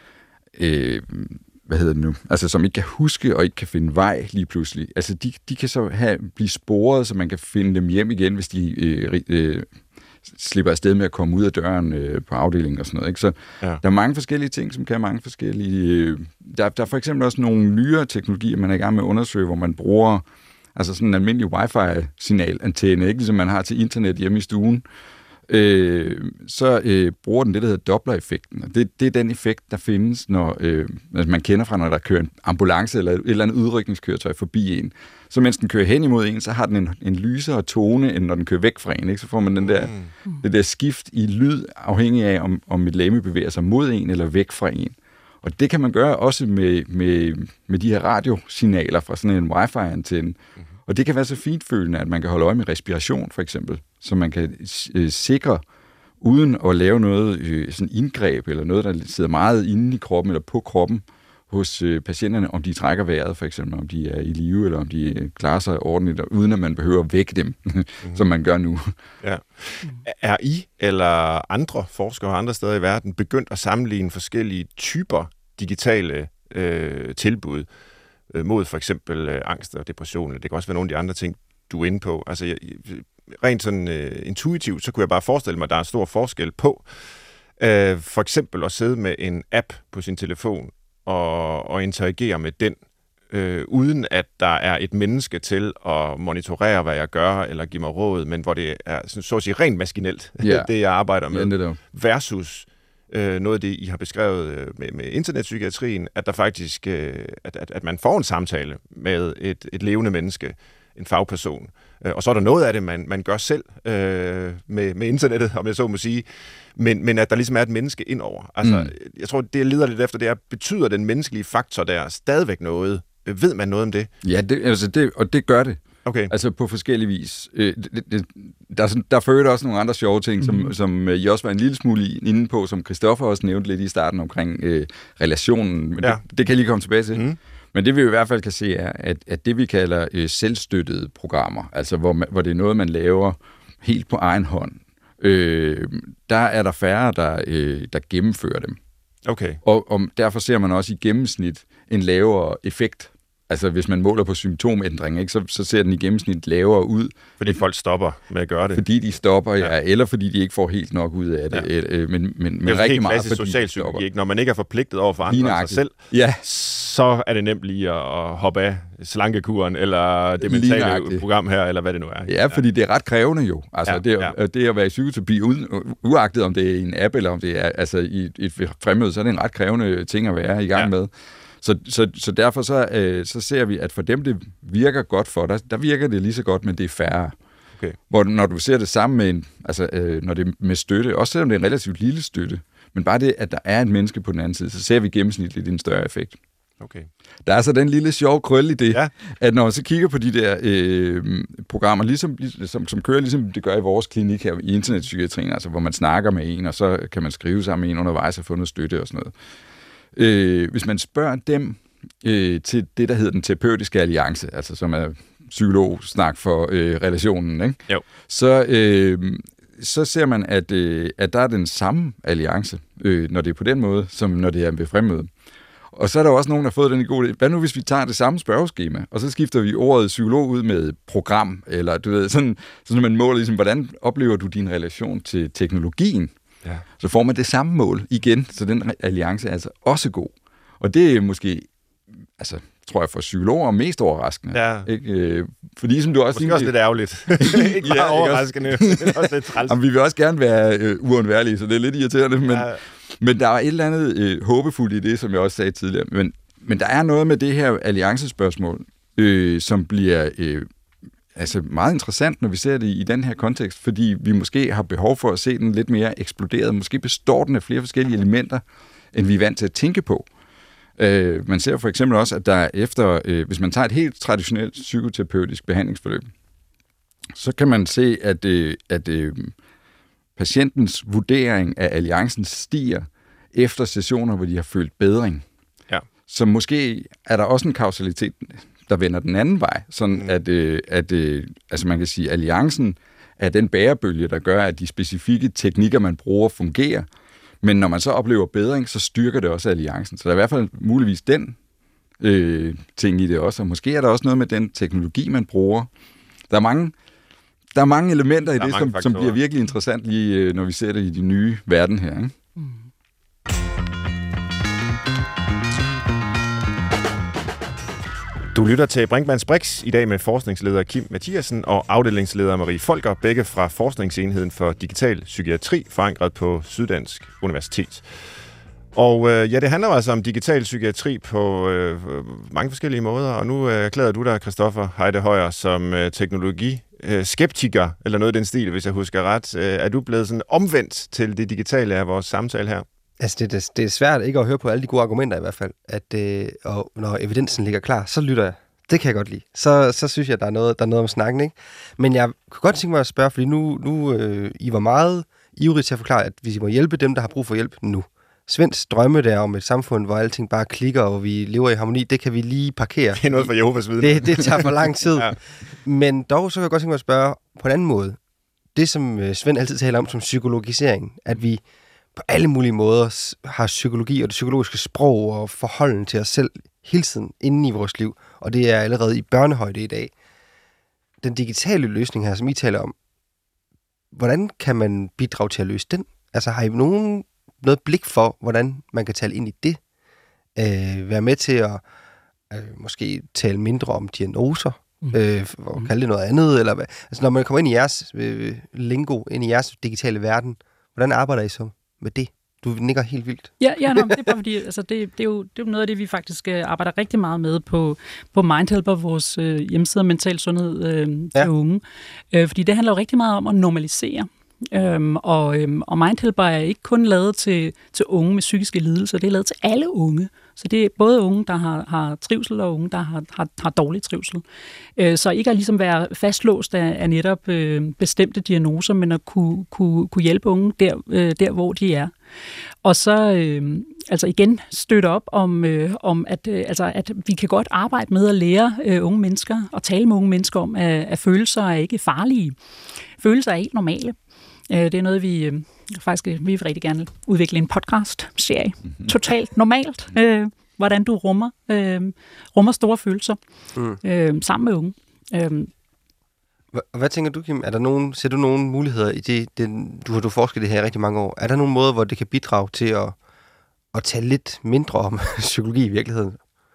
øh, hvad hedder det nu? Altså, som ikke kan huske og ikke kan finde vej lige pludselig. Altså, de, de kan så have, blive sporet, så man kan finde dem hjem igen, hvis de øh, øh, slipper afsted med at komme ud af døren øh, på afdelingen og sådan noget. Ikke? Så ja. Der er mange forskellige ting, som kan mange forskellige... Øh, der, der er for eksempel også nogle nyere teknologier, man er i gang med at undersøge, hvor man bruger altså sådan en almindelig wifi-signalantenne, ikke? Ligesom man har til internet hjemme i stuen. Øh, så øh, bruger den det, der hedder Doppler-effekten. Og det, det er den effekt, der findes, når øh, man kender fra, når der kører en ambulance eller et eller andet udrykningskøretøj forbi en. Så mens den kører hen imod en, så har den en, en lysere tone, end når den kører væk fra en. Ikke? Så får man den der, mm. det der skift i lyd, afhængig af, om, om et legeme bevæger sig mod en eller væk fra en. Og det kan man gøre også med, med, med de her radiosignaler fra sådan en wifi-antenne. Mm. Og det kan være så fintfølende, at man kan holde øje med respiration, for eksempel, så man kan øh, sikre, uden at lave noget øh, sådan indgreb, eller noget, der sidder meget inde i kroppen, eller på kroppen, hos øh, patienterne, om de trækker vejret, for eksempel, om de er i live, eller om de øh, klarer sig ordentligt, uden at man behøver at vække dem, mm. som man gør nu. Ja. Er I, eller andre forskere andre steder i verden, begyndt at sammenligne forskellige typer digitale øh, tilbud, mod for eksempel øh, angst og depression, eller det kan også være nogle af de andre ting, du er inde på. Altså, jeg, rent sådan øh, intuitivt, så kunne jeg bare forestille mig, at der er en stor forskel på øh, for eksempel at sidde med en app på sin telefon og, og interagere med den, øh, uden at der er et menneske til at monitorere, hvad jeg gør, eller give mig råd, men hvor det er sådan, så at sige rent maskinelt, yeah. det jeg arbejder med, yeah, versus Øh, noget af det, I har beskrevet øh, med, med internetpsykiatrien, at der faktisk, øh, at, at, at man får en samtale med et, et levende menneske, en fagperson. Øh, og så er der noget af det, man, man gør selv øh, med, med internettet, om jeg så må sige, men, men at der ligesom er et menneske indover. Altså, mm. jeg tror, det jeg leder lidt efter, det er, betyder den menneskelige faktor der stadigvæk noget? Ved man noget om det? Ja, det, altså det, og det gør det. Okay. Altså på forskellige vis. Øh, det, det, der, er, der fører også nogle andre sjove ting, som, mm-hmm. som I også var en lille smule inde på, som Christoffer også nævnte lidt i starten omkring øh, relationen. Men ja. det, det kan jeg lige komme tilbage til. Mm-hmm. Men det vi i hvert fald kan se er, at, at det vi kalder øh, selvstøttede programmer, altså hvor, man, hvor det er noget, man laver helt på egen hånd, øh, der er der færre, der, øh, der gennemfører dem. Okay. Og, og derfor ser man også i gennemsnit en lavere effekt. Altså, hvis man måler på symptomændring, ikke, så, så ser den i gennemsnit lavere ud. Fordi folk stopper med at gøre det. Fordi de stopper, ja, ja eller fordi de ikke får helt nok ud af det. Ja. Men, men, men det er rigtig meget, fordi socialpsykologi, ikke? Når man ikke er forpligtet over for andre og sig selv, ja. så er det nemt lige at hoppe af slankekuren, eller det mentale program her, eller hvad det nu er. Ja, fordi det er ret krævende jo. Altså, ja, det, ja. det at være i psykoterapi, uagtet om det er en app, eller om det er altså, i et fremmøde, så er det en ret krævende ting at være i gang ja. med. Så, så, så derfor så, øh, så ser vi, at for dem, det virker godt for dig, der virker det lige så godt, men det er færre. Okay. Hvor når du ser det samme med en, altså øh, når det er med støtte, også selvom det er en relativt lille støtte, men bare det, at der er et menneske på den anden side, så ser vi gennemsnitligt en større effekt. Okay. Der er så den lille sjove krølle i det, ja. at når man så kigger på de der øh, programmer, ligesom, ligesom, som kører, ligesom det gør i vores klinik her i internetpsykiatrien, altså hvor man snakker med en, og så kan man skrive sammen med en undervejs og få noget støtte og sådan noget. Øh, hvis man spørger dem øh, til det, der hedder den terapeutiske alliance, altså som er psykologsnak for øh, relationen, ikke? Jo. Så, øh, så ser man, at, øh, at der er den samme alliance, øh, når det er på den måde, som når det er ved fremmøde. Og så er der også nogen, der har fået den i god idé. Hvad nu, hvis vi tager det samme spørgeskema, og så skifter vi ordet psykolog ud med program, eller du ved, sådan, sådan man måler ligesom, hvordan oplever du din relation til teknologien? Ja. Så får man det samme mål igen, så den alliance er altså også god. Og det er måske, altså, tror jeg, for psykologer mest overraskende. Ja. Ikke? Fordi som du også... Måske også lidt ærgerligt. Ikke bare ja, overraskende, men også lidt træls. Jamen, vi vil også gerne være øh, uundværlige, så det er lidt irriterende, men, ja. men der er et eller andet øh, håbefuldt i det, som jeg også sagde tidligere. Men, men der er noget med det her alliancespørgsmål, øh, som bliver... Øh, Altså meget interessant, når vi ser det i den her kontekst, fordi vi måske har behov for at se den lidt mere eksploderet. Måske består den af flere forskellige elementer, end vi er vant til at tænke på. Øh, man ser for eksempel også, at der efter, øh, hvis man tager et helt traditionelt psykoterapeutisk behandlingsforløb, så kan man se, at, øh, at øh, patientens vurdering af alliancen stiger efter sessioner, hvor de har følt bedring. Ja. Så måske er der også en kausalitet, der vender den anden vej, sådan mm. at, øh, at øh, altså man kan sige, at alliancen er den bærebølge, der gør, at de specifikke teknikker, man bruger, fungerer. Men når man så oplever bedring, så styrker det også alliancen. Så der er i hvert fald muligvis den øh, ting i det også. Og måske er der også noget med den teknologi, man bruger. Der er mange, der er mange elementer i det, som, som bliver virkelig interessant, lige når vi ser det i de nye verden her. Ikke? Mm. Du lytter til Brinkmanns Brix i dag med forskningsleder Kim Mathiasen og afdelingsleder Marie Folker, begge fra Forskningsenheden for Digital Psykiatri, forankret på Syddansk Universitet. Og øh, ja, det handler altså om digital psykiatri på øh, mange forskellige måder, og nu øh, erklærer du dig, Christoffer Heide Højer, som øh, teknologiskeptiker, øh, eller noget i den stil, hvis jeg husker ret. Øh, er du blevet sådan omvendt til det digitale af vores samtale her? Altså, det, det, det er svært ikke at høre på alle de gode argumenter i hvert fald, at øh, og når evidensen ligger klar, så lytter jeg. Det kan jeg godt lide. Så, så synes jeg, der er, noget, der er noget om snakken, ikke? Men jeg kunne godt tænke mig at spørge, fordi nu, nu øh, I var meget ivrige til at forklare, at vi må hjælpe dem, der har brug for hjælp nu. Svends drømme der om et samfund, hvor alting bare klikker, og vi lever i harmoni, det kan vi lige parkere. Det er noget for Jehovas vidne. Det, det tager for lang tid. Ja. Men dog, så vil jeg godt tænke mig at spørge på en anden måde. Det, som Svend altid taler om som psykologisering, at vi på alle mulige måder har psykologi og det psykologiske sprog og forholden til os selv hele tiden inde i vores liv, og det er allerede i børnehøjde i dag. Den digitale løsning her, som I taler om, hvordan kan man bidrage til at løse den? Altså har I nogen, noget blik for, hvordan man kan tale ind i det? Øh, være med til at øh, måske tale mindre om diagnoser, mm. øh, og kalde det noget andet? Eller hvad? Altså når man kommer ind i jeres øh, lingo, ind i jeres digitale verden, hvordan arbejder I så med det? Du nikker helt vildt. Ja, ja no, det er bare fordi, altså det, det, er jo, det er jo noget af det, vi faktisk øh, arbejder rigtig meget med på, på Mindhelper, vores øh, hjemmeside om mental sundhed øh, til ja. unge. Øh, fordi det handler jo rigtig meget om at normalisere. Øhm, og, øhm, og Mindhelper er ikke kun lavet til, til unge med psykiske lidelser, det er lavet til alle unge. Så det er både unge, der har, har trivsel, og unge, der har, har, har dårlig trivsel. Øh, så ikke at ligesom være fastlåst af, af netop øh, bestemte diagnoser, men at kunne, kunne, kunne hjælpe unge der, øh, der, hvor de er. Og så øh, altså igen støtte op om, øh, om at, øh, altså, at vi kan godt arbejde med at lære øh, unge mennesker, og tale med unge mennesker om, at, at følelser er ikke farlige. Følelser er ikke normale. Det er noget, vi øh, faktisk vi vil rigtig gerne udvikle en podcast-serie. Mm-hmm. Totalt normalt. Øh, hvordan du rummer, øh, rummer store følelser mm. øh, sammen med unge. Øh. Hvad, hvad tænker du, Kim? Er der nogen, ser du nogle muligheder i det, det du har du forsket det her i rigtig mange år? Er der nogle måder, hvor det kan bidrage til at, at tale lidt mindre om psykologi i virkeligheden?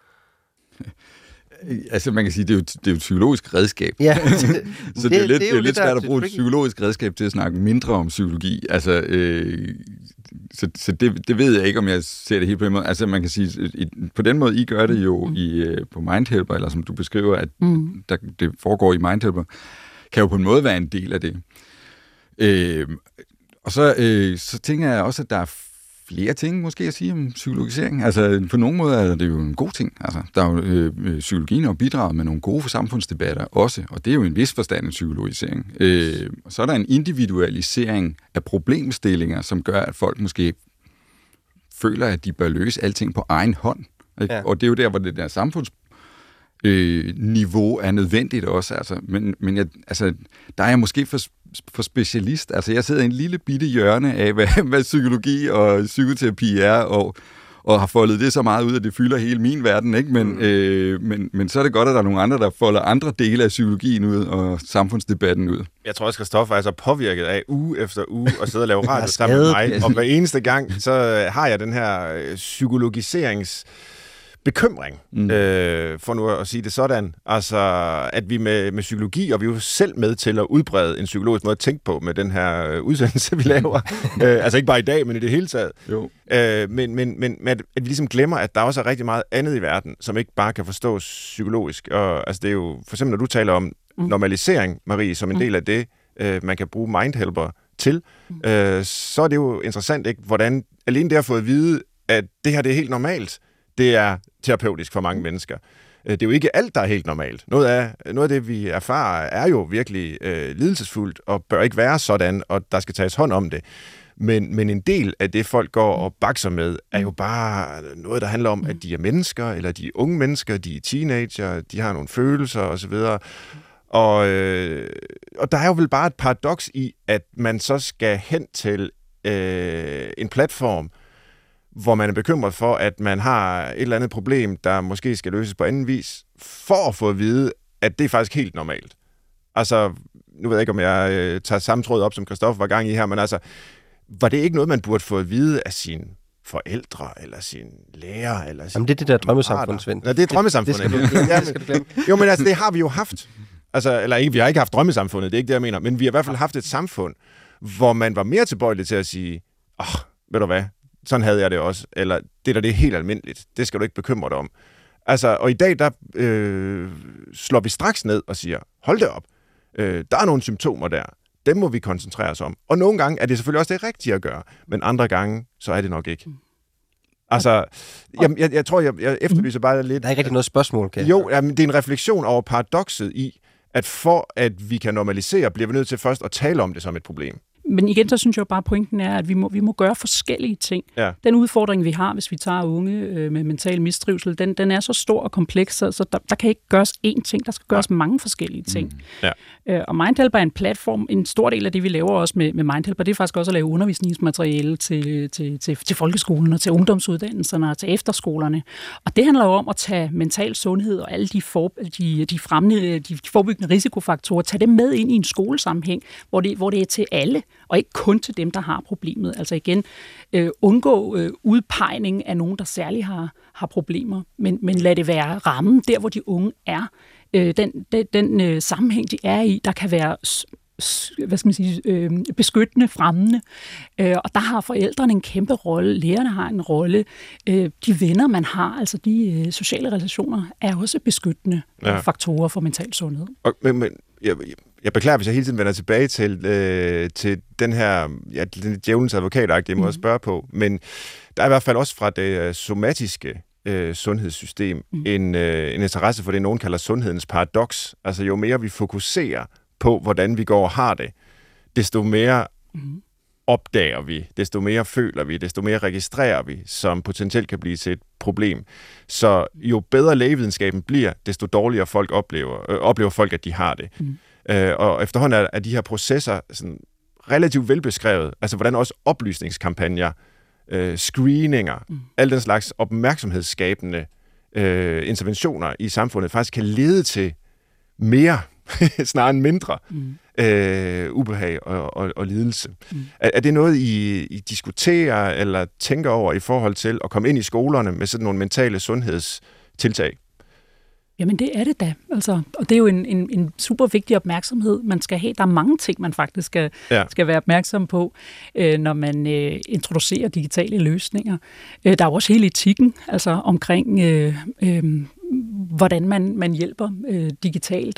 Altså, man kan sige, det er jo, det er jo et psykologisk redskab. Ja, det, så det, det er, lidt, det er jo lidt svært at bruge et psykologisk redskab til at snakke mindre om psykologi. Altså, øh, så så det, det ved jeg ikke, om jeg ser det helt på den måde. Altså, man kan sige, på den måde, I gør det jo i, på Mindhelper, eller som du beskriver, at mm. der, det foregår i Mindhelper, kan jo på en måde være en del af det. Øh, og så, øh, så tænker jeg også, at der er flere ting måske at sige om psykologisering. Altså, på nogle måder er det jo en god ting. Altså, der er jo, øh, psykologien har bidraget med nogle gode samfundsdebatter også, og det er jo en vis forstand en psykologisering. Øh, og så er der en individualisering af problemstillinger, som gør, at folk måske føler, at de bør løse alting på egen hånd. Ja. Og det er jo der, hvor det der samfundsniveau øh, er nødvendigt også. Altså, men men jeg, altså, der er jeg måske for for specialist. Altså, jeg sidder i en lille bitte hjørne af, hvad, hvad psykologi og psykoterapi er, og, og har foldet det så meget ud, at det fylder hele min verden, ikke? Men, mm. øh, men, men så er det godt, at der er nogle andre, der folder andre dele af psykologien ud, og samfundsdebatten ud. Jeg tror også, Christoffer er så påvirket af uge efter uge, at sidde og lave radio sammen med mig, og hver eneste gang, så har jeg den her psykologiserings bekymring, mm. øh, for nu at sige det sådan, altså at vi med, med psykologi, og vi er jo selv med til at udbrede en psykologisk måde at tænke på med den her udsendelse, vi laver. øh, altså ikke bare i dag, men i det hele taget. Jo. Øh, men, men, men at, at vi ligesom glemmer, at der også er rigtig meget andet i verden, som ikke bare kan forstås psykologisk. Og altså det er jo, for eksempel når du taler om mm. normalisering, Marie, som en del af det, øh, man kan bruge Mindhelper til, mm. øh, så er det jo interessant, ikke, hvordan alene det har fået at vide, at det her det er helt normalt. det er terapeutisk for mange mennesker. Det er jo ikke alt, der er helt normalt. Noget af, noget af det, vi erfarer, er jo virkelig øh, lidelsesfuldt, og bør ikke være sådan, og der skal tages hånd om det. Men, men en del af det, folk går og bakser med, er jo bare noget, der handler om, at de er mennesker, eller de er unge mennesker, de er teenager, de har nogle følelser osv. Og, øh, og der er jo vel bare et paradoks i, at man så skal hen til øh, en platform, hvor man er bekymret for, at man har et eller andet problem, der måske skal løses på anden vis, for at få at vide, at det er faktisk helt normalt. Altså, nu ved jeg ikke, om jeg øh, tager samme tråd op, som Christoffer var gang i her, men altså, var det ikke noget, man burde få at vide af sine forældre, eller sine lærer, eller Jamen, det er det der drømmesamfund, Svend. Ja, det er drømmesamfundet. Det, det, skal du, det skal du glemme. Jo, men altså, det har vi jo haft. Altså, eller ikke, vi har ikke haft drømmesamfundet, det er ikke det, jeg mener, men vi har i hvert fald haft et samfund, hvor man var mere tilbøjelig til at sige, åh, oh, ved du hvad, sådan havde jeg det også, eller det der, det er helt almindeligt, det skal du ikke bekymre dig om. Altså, og i dag, der øh, slår vi straks ned og siger, hold det op, øh, der er nogle symptomer der, dem må vi koncentrere os om. Og nogle gange er det selvfølgelig også det rigtige at gøre, men andre gange, så er det nok ikke. Altså, jeg, jeg, jeg tror, jeg, jeg efterlyser bare lidt... Der er ikke rigtig noget spørgsmål, kan jeg? Jo, jamen, det er en refleksion over paradokset i, at for at vi kan normalisere, bliver vi nødt til først at tale om det som et problem. Men igen, så synes jeg jo bare, at pointen er, at vi må, vi må gøre forskellige ting. Ja. Den udfordring, vi har, hvis vi tager unge øh, med mental mistrivsel, den, den er så stor og kompleks, så, så der, der kan ikke gøres én ting, der skal gøres ja. mange forskellige ting. Mm. Ja. Øh, og Mindhelp er en platform, en stor del af det, vi laver også med, med Mindhelp, og det er faktisk også at lave undervisningsmateriale til, til, til, til folkeskolen og til ungdomsuddannelserne og til efterskolerne. Og det handler jo om at tage mental sundhed og alle de, for, de, de, fremmede, de forebyggende risikofaktorer, tage dem med ind i en skolesammenhæng, hvor det, hvor det er til alle, og ikke kun til dem, der har problemet. Altså igen, øh, undgå øh, udpegning af nogen, der særligt har, har problemer, men, men lad det være rammen, der hvor de unge er. Øh, den den, den øh, sammenhæng, de er i, der kan være hvad skal man sige, øh, beskyttende, fremmende. Øh, og der har forældrene en kæmpe rolle, lærerne har en rolle, øh, de venner, man har, altså de øh, sociale relationer, er også beskyttende ja. faktorer for mental sundhed. Og, men, men jeg, jeg beklager, hvis jeg hele tiden vender tilbage til, øh, til den her ja, djævelens advokatagtige måde mm. at spørge på, men der er i hvert fald også fra det øh, somatiske øh, sundhedssystem mm. en, øh, en interesse for det, nogen kalder sundhedens paradoks. Altså jo mere vi fokuserer på, hvordan vi går og har det, desto mere mm. opdager vi, desto mere føler vi, desto mere registrerer vi, som potentielt kan blive til et problem. Så jo bedre lægevidenskaben bliver, desto dårligere folk oplever, øh, oplever folk, at de har det. Mm. Øh, og efterhånden er, er de her processer sådan relativt velbeskrevet, altså hvordan også oplysningskampagner, øh, screeninger, mm. al den slags opmærksomhedsskabende øh, interventioner i samfundet faktisk kan lede til mere snarere end mindre mm. øh, ubehag og, og, og lidelse. Mm. Er, er det noget, I, I diskuterer eller tænker over i forhold til at komme ind i skolerne med sådan nogle mentale sundhedstiltag? Jamen det er det da, altså, og det er jo en, en, en super vigtig opmærksomhed, man skal have. Der er mange ting, man faktisk skal, ja. skal være opmærksom på, øh, når man øh, introducerer digitale løsninger. Øh, der er jo også hele etikken, altså omkring øh, øh, hvordan man, man hjælper øh, digitalt.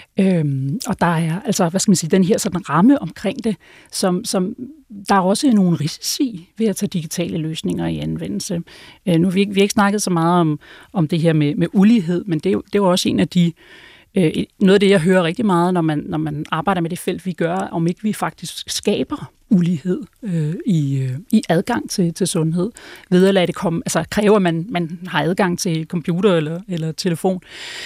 Øhm, og der er altså, hvad skal man sige, den her sådan ramme omkring det, som, som der er også nogle risici ved at tage digitale løsninger i anvendelse. Øh, nu har vi, vi har ikke snakket så meget om, om det her med, med ulighed, men det er, jo, det er jo også en af de øh, noget af det, jeg hører rigtig meget, når man, når man arbejder med det felt, vi gør, om ikke vi faktisk skaber ulighed øh, i, øh, i adgang til, til sundhed, ved at lade det komme, altså kræver, at man, man har adgang til computer eller, eller telefon.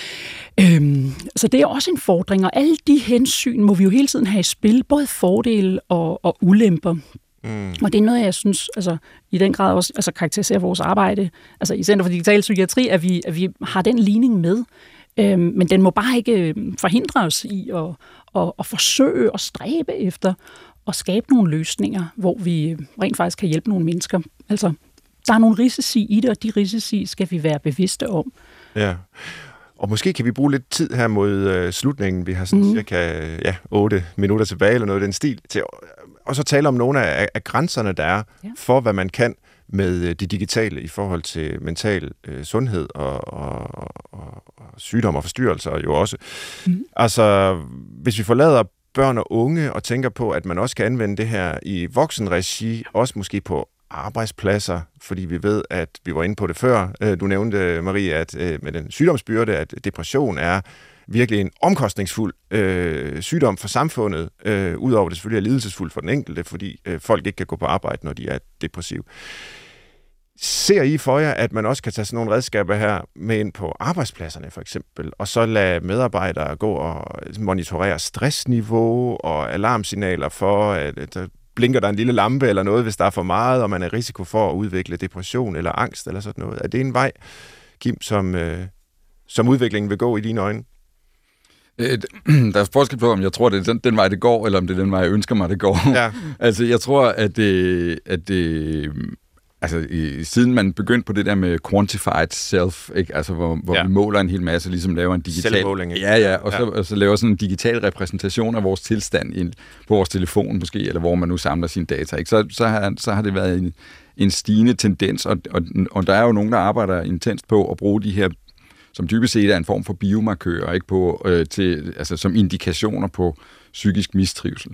Øhm, så det er også en fordring, og alle de hensyn må vi jo hele tiden have i spil, både fordele og, og ulemper. Mm. Og det er noget, jeg synes, altså, i den grad også altså, karakteriserer vores arbejde. Altså i Center for Digital Psykiatri, at vi, at vi har den ligning med, øhm, men den må bare ikke forhindre os i at, at, at forsøge at stræbe efter at skabe nogle løsninger, hvor vi rent faktisk kan hjælpe nogle mennesker. Altså, der er nogle risici i det, og de risici skal vi være bevidste om. Ja, og måske kan vi bruge lidt tid her mod øh, slutningen. Vi har sådan mm. cirka ja, otte minutter tilbage, eller noget i den stil, til og så tale om nogle af, af grænserne, der er ja. for, hvad man kan med det digitale i forhold til mental øh, sundhed og, og, og, og sygdom og forstyrrelser jo også. Mm. Altså, hvis vi forlader børn og unge og tænker på, at man også kan anvende det her i voksenregi, også måske på arbejdspladser, fordi vi ved, at vi var inde på det før. Du nævnte, Marie, at med den sygdomsbyrde, at depression er virkelig en omkostningsfuld øh, sygdom for samfundet, øh, udover det selvfølgelig er lidelsesfuldt for den enkelte, fordi øh, folk ikke kan gå på arbejde, når de er depressive. Ser I for jer, at man også kan tage sådan nogle redskaber her med ind på arbejdspladserne for eksempel, og så lade medarbejdere gå og monitorere stressniveau og alarmsignaler for, at der blinker der en lille lampe eller noget, hvis der er for meget, og man er i risiko for at udvikle depression eller angst eller sådan noget? Er det en vej, Kim, som, øh, som udviklingen vil gå i dine øjne? Der er forskel på, om jeg tror, det er den, den vej, det går, eller om det er den vej, jeg ønsker mig, det går. Ja. Altså, jeg tror, at det... At det altså, i, siden man begyndte på det der med quantified self, ikke? Altså, hvor, hvor ja. vi måler en hel masse, ligesom laver en digital... Selvmåling, ikke? Ja, ja, og, ja. Så, og så laver sådan en digital repræsentation af vores tilstand i, på vores telefon måske, eller hvor man nu samler sine data, ikke? Så, så, har, så har det været en, en stigende tendens, og, og, og der er jo nogen, der arbejder intenst på at bruge de her, som dybest set er en form for biomarkører, ikke? På, øh, til, altså, som indikationer på psykisk mistrivsel.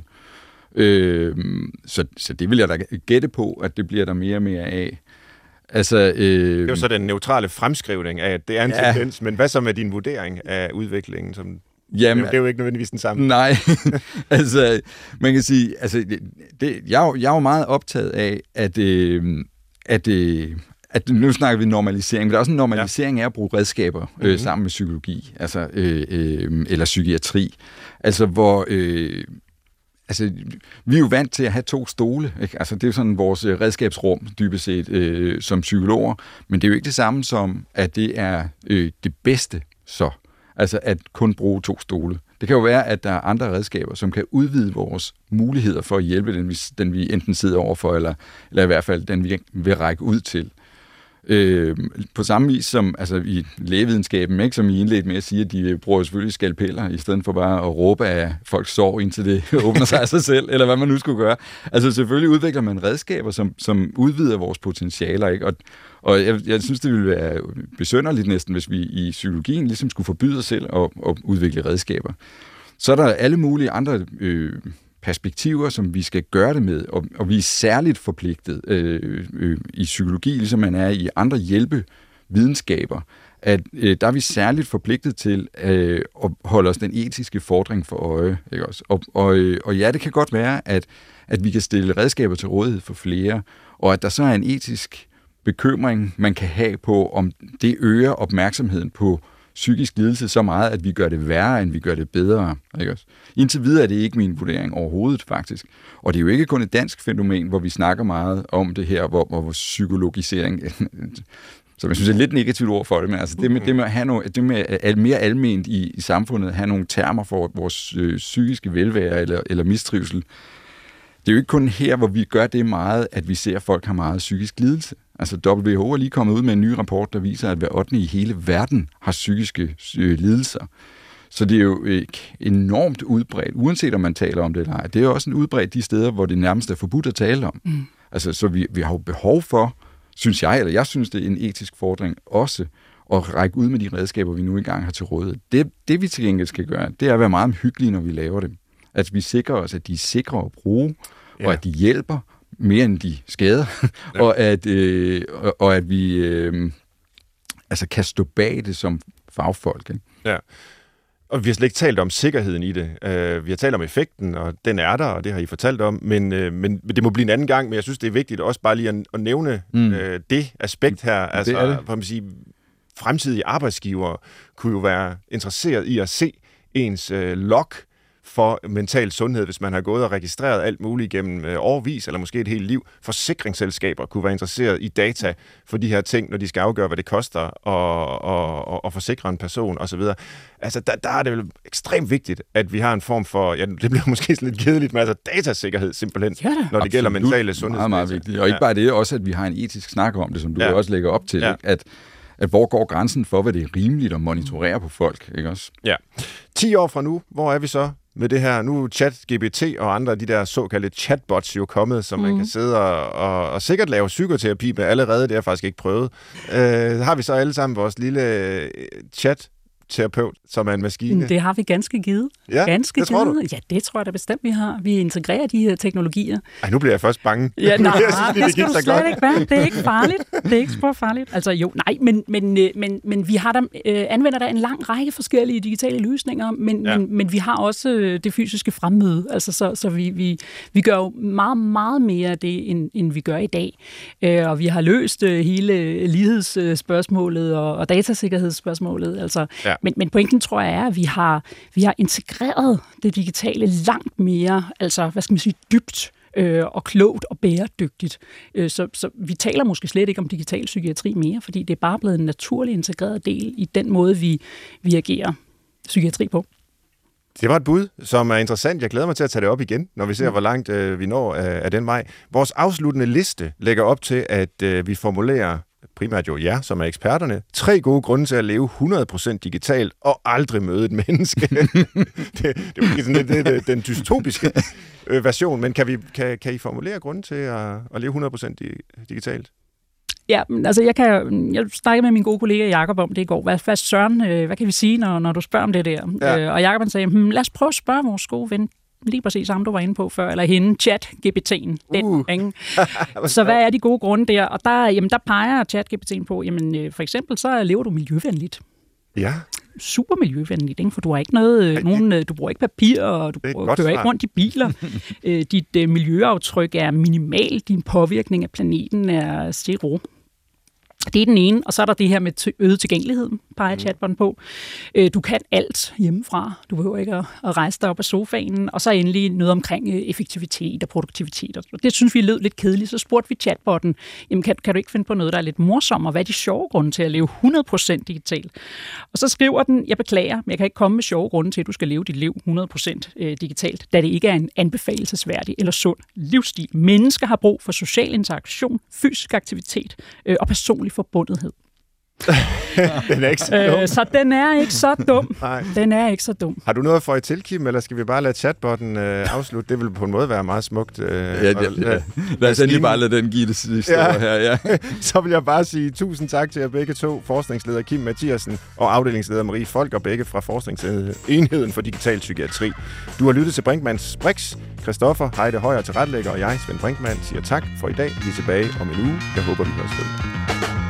Øh, så, så det vil jeg da gætte på, at det bliver der mere og mere af. Altså, øh, det er jo så den neutrale fremskrivning af, at det er en ja. tendens, men hvad så med din vurdering af udviklingen? Som, jamen, det er jo ikke nødvendigvis den samme. Nej, altså, man kan sige, altså, det, det, jeg, jeg er jo meget optaget af, at, øh, at, øh, at nu snakker vi normalisering, men der er også en normalisering ja. af at bruge redskaber øh, mm-hmm. sammen med psykologi, altså, øh, øh, eller psykiatri, altså hvor... Øh, Altså, vi er jo vant til at have to stole, ikke? Altså, det er jo sådan vores redskabsrum, dybest set, øh, som psykologer, men det er jo ikke det samme som, at det er øh, det bedste så. Altså, at kun bruge to stole. Det kan jo være, at der er andre redskaber, som kan udvide vores muligheder for at hjælpe den, vi, den vi enten sidder overfor, eller, eller i hvert fald den, vi vil række ud til. Øh, på samme vis som altså, i lægevidenskaben, ikke, som I indledte med at sige, at de bruger selvfølgelig skalpeller, i stedet for bare at råbe af folks sorg, indtil det åbner sig af sig selv, eller hvad man nu skulle gøre. Altså selvfølgelig udvikler man redskaber, som, som udvider vores potentialer, ikke? Og, og jeg, jeg synes, det ville være besynderligt næsten, hvis vi i psykologien ligesom skulle forbyde os selv at, at udvikle redskaber. Så er der alle mulige andre... Øh, perspektiver, som vi skal gøre det med, og, og vi er særligt forpligtet øh, øh, i psykologi, ligesom man er i andre hjælpevidenskaber, at øh, der er vi særligt forpligtet til øh, at holde os den etiske fordring for øje. Ikke også? Og, og, og ja, det kan godt være, at, at vi kan stille redskaber til rådighed for flere, og at der så er en etisk bekymring, man kan have på, om det øger opmærksomheden på psykisk lidelse så meget, at vi gør det værre, end vi gør det bedre. Ikke også? Indtil videre er det ikke min vurdering overhovedet, faktisk. Og det er jo ikke kun et dansk fænomen, hvor vi snakker meget om det her, hvor, hvor psykologisering, som jeg synes er lidt negativt ord for det, men altså det med, det med at have noget, det med at mere alment i, i samfundet, have nogle termer for vores øh, psykiske velvære eller, eller mistrivsel. Det er jo ikke kun her, hvor vi gør det meget, at vi ser, at folk har meget psykisk lidelse. Altså W H O er lige kommet ud med en ny rapport, der viser, at hver ottende i hele verden har psykiske øh, lidelser. Så det er jo øh, enormt udbredt, uanset om man taler om det eller ej. Det er jo også en udbredt de steder, hvor det nærmest er forbudt at tale om. Mm. Altså, så vi, vi har jo behov for, synes jeg, eller jeg synes, det er en etisk fordring også, at række ud med de redskaber, vi nu engang har til rådighed. Det, det vi til gengæld skal gøre, det er at være meget hyggelige, når vi laver det. At vi sikrer os, at de er sikre at bruge, ja. Og at de hjælper mere end de skader, ja. og, at, øh, og, og at vi øh, altså kan stå bag det som fagfolk. Ikke? Ja, og vi har slet ikke talt om sikkerheden i det. Uh, vi har talt om effekten, og den er der, og det har I fortalt om, men, uh, men det må blive en anden gang, men jeg synes, det er vigtigt også bare lige at, at nævne mm. uh, det aspekt her. Altså, det det. For at sige, fremtidige arbejdsgivere kunne jo være interesseret i at se ens uh, log for mental sundhed, hvis man har gået og registreret alt muligt gennem øh, årvis, eller måske et helt liv. Forsikringsselskaber kunne være interesseret i data for de her ting, når de skal afgøre, hvad det koster at, at, at, at forsikre en person osv. Altså, der, der er det jo ekstremt vigtigt, at vi har en form for, ja, det bliver måske sådan lidt kedeligt, men altså datasikkerhed simpelthen, ja, når det absolut. Gælder mentale sundhed. Meget, meget vigtigt. Og ikke bare det, også at vi har en etisk snak om det, som du ja. Også lægger op til, ja. Ikke? At at hvor går grænsen for, hvad det er rimeligt at monitorere på folk, ikke også? Ja. ti år fra nu, hvor er vi så med det her? Nu er ChatGPT og andre af de der såkaldte chatbots jo kommet, som mm. man kan sidde og, og, og sikkert lave psykoterapi med allerede, det har jeg faktisk ikke prøvet. Øh, har vi så alle sammen vores lille chat fysioterapeut, som er en maskine? Det har vi ganske givet. Ja, ganske det tror givet. du? Ja, det tror jeg da bestemt, vi har. Vi integrerer de her teknologier. Ej, nu bliver jeg først bange. Ja, nej, jeg synes, det, det skal du slet godt. ikke være. Det er ikke farligt. Det er ikke spor farligt. Altså jo, nej, men, men, men, men vi har der, øh, anvender der en lang række forskellige digitale løsninger, men, ja. men, men vi har også øh, det fysiske fremmøde. Altså, så så vi, vi, vi gør jo meget, meget mere af det, end, end vi gør i dag. Øh, og vi har løst øh, hele lighedsspørgsmålet og, og datasikkerhedsspørgsmålet. Altså, ja. men, men pointen tror jeg er, at vi har, vi har integreret det digitale langt mere, altså hvad skal man sige, dybt øh, og klogt og bæredygtigt. Øh, så, så vi taler måske slet ikke om digital psykiatri mere, fordi det er bare blevet en naturlig integreret del i den måde, vi, vi agerer psykiatri på. Det var et bud, som er interessant. Jeg glæder mig til at tage det op igen, når vi ser, hvor langt øh, vi når af, af den vej. Vores afsluttende liste lægger op til, at øh, vi formulerer, primært jo jer, som er eksperterne, tre gode grunde til at leve hundrede procent digitalt og aldrig møde et menneske. det, det er jo sådan det, det, det, den dystopiske øh, version, men kan, vi, kan, kan I formulere grunde til at, at leve hundrede procent digitalt? Ja, altså jeg kan jeg snakkede med min gode kollega Jakob om det i går. Hvad, hvad Søren, øh, hvad kan vi sige, når, når du spørger om det der? Ja. Øh, og Jakob han sagde, hm, lad os prøve at spørge vores gode ven, lige præcis ham, du var inde på før, eller hende, ChatGPT'en. Den, uh. ikke? Så hvad er de gode grunde der? Og der, jamen, der peger ChatGPT'en på, jamen øh, for eksempel, så lever du miljøvenligt. Ja. Super miljøvenligt, ikke? For du har ikke noget, nogen, du bruger ikke papir, og du bruger, kører ikke rundt i biler. Dit øh, miljøaftryk er minimalt, din påvirkning af planeten er zero. Det er den ene, og så er der det her med øget tilgængelighed, peger chatbotten på. Du kan alt hjemmefra. Du behøver ikke at rejse dig op af sofaen. Og så endelig noget omkring effektivitet og produktivitet. Og det synes vi lød lidt kedeligt. Så spurgte vi chatbotten, jamen kan, kan du ikke finde på noget, der er lidt morsomt, og hvad er de sjove grunde til at leve hundrede procent digitalt? Og så skriver den, jeg beklager, men jeg kan ikke komme med sjove grunde til, at du skal leve dit liv hundrede procent digitalt, da det ikke er en anbefalelsesværdig eller sund livsstil. Mennesker har brug for social interaktion, fysisk aktivitet og personlig forbundethed. Den er ikke så dum. Øh, så den er ikke så dum. Nej. Den er ikke så dum. Har du noget for at til, Kim, eller skal vi bare lade chatbotten øh, afslutte? Det vil på en måde være meget smukt. Øh, ja, ja, ja. Lad os lige bare lade den give det sidste ja. her. Ja. Så vil jeg bare sige tusind tak til jer begge to, forskningsleder Kim Mathiasen og afdelingsleder Marie Folker, begge fra Forskningsenheden for Digital Psykiatri. Du har lyttet til Brinkmanns Brix. Christoffer Heide Højer tilrettelægger, og jeg, Svend Brinkmann, siger tak for i dag. Vi er tilbage om en uge. Jeg håber, vi høres ved.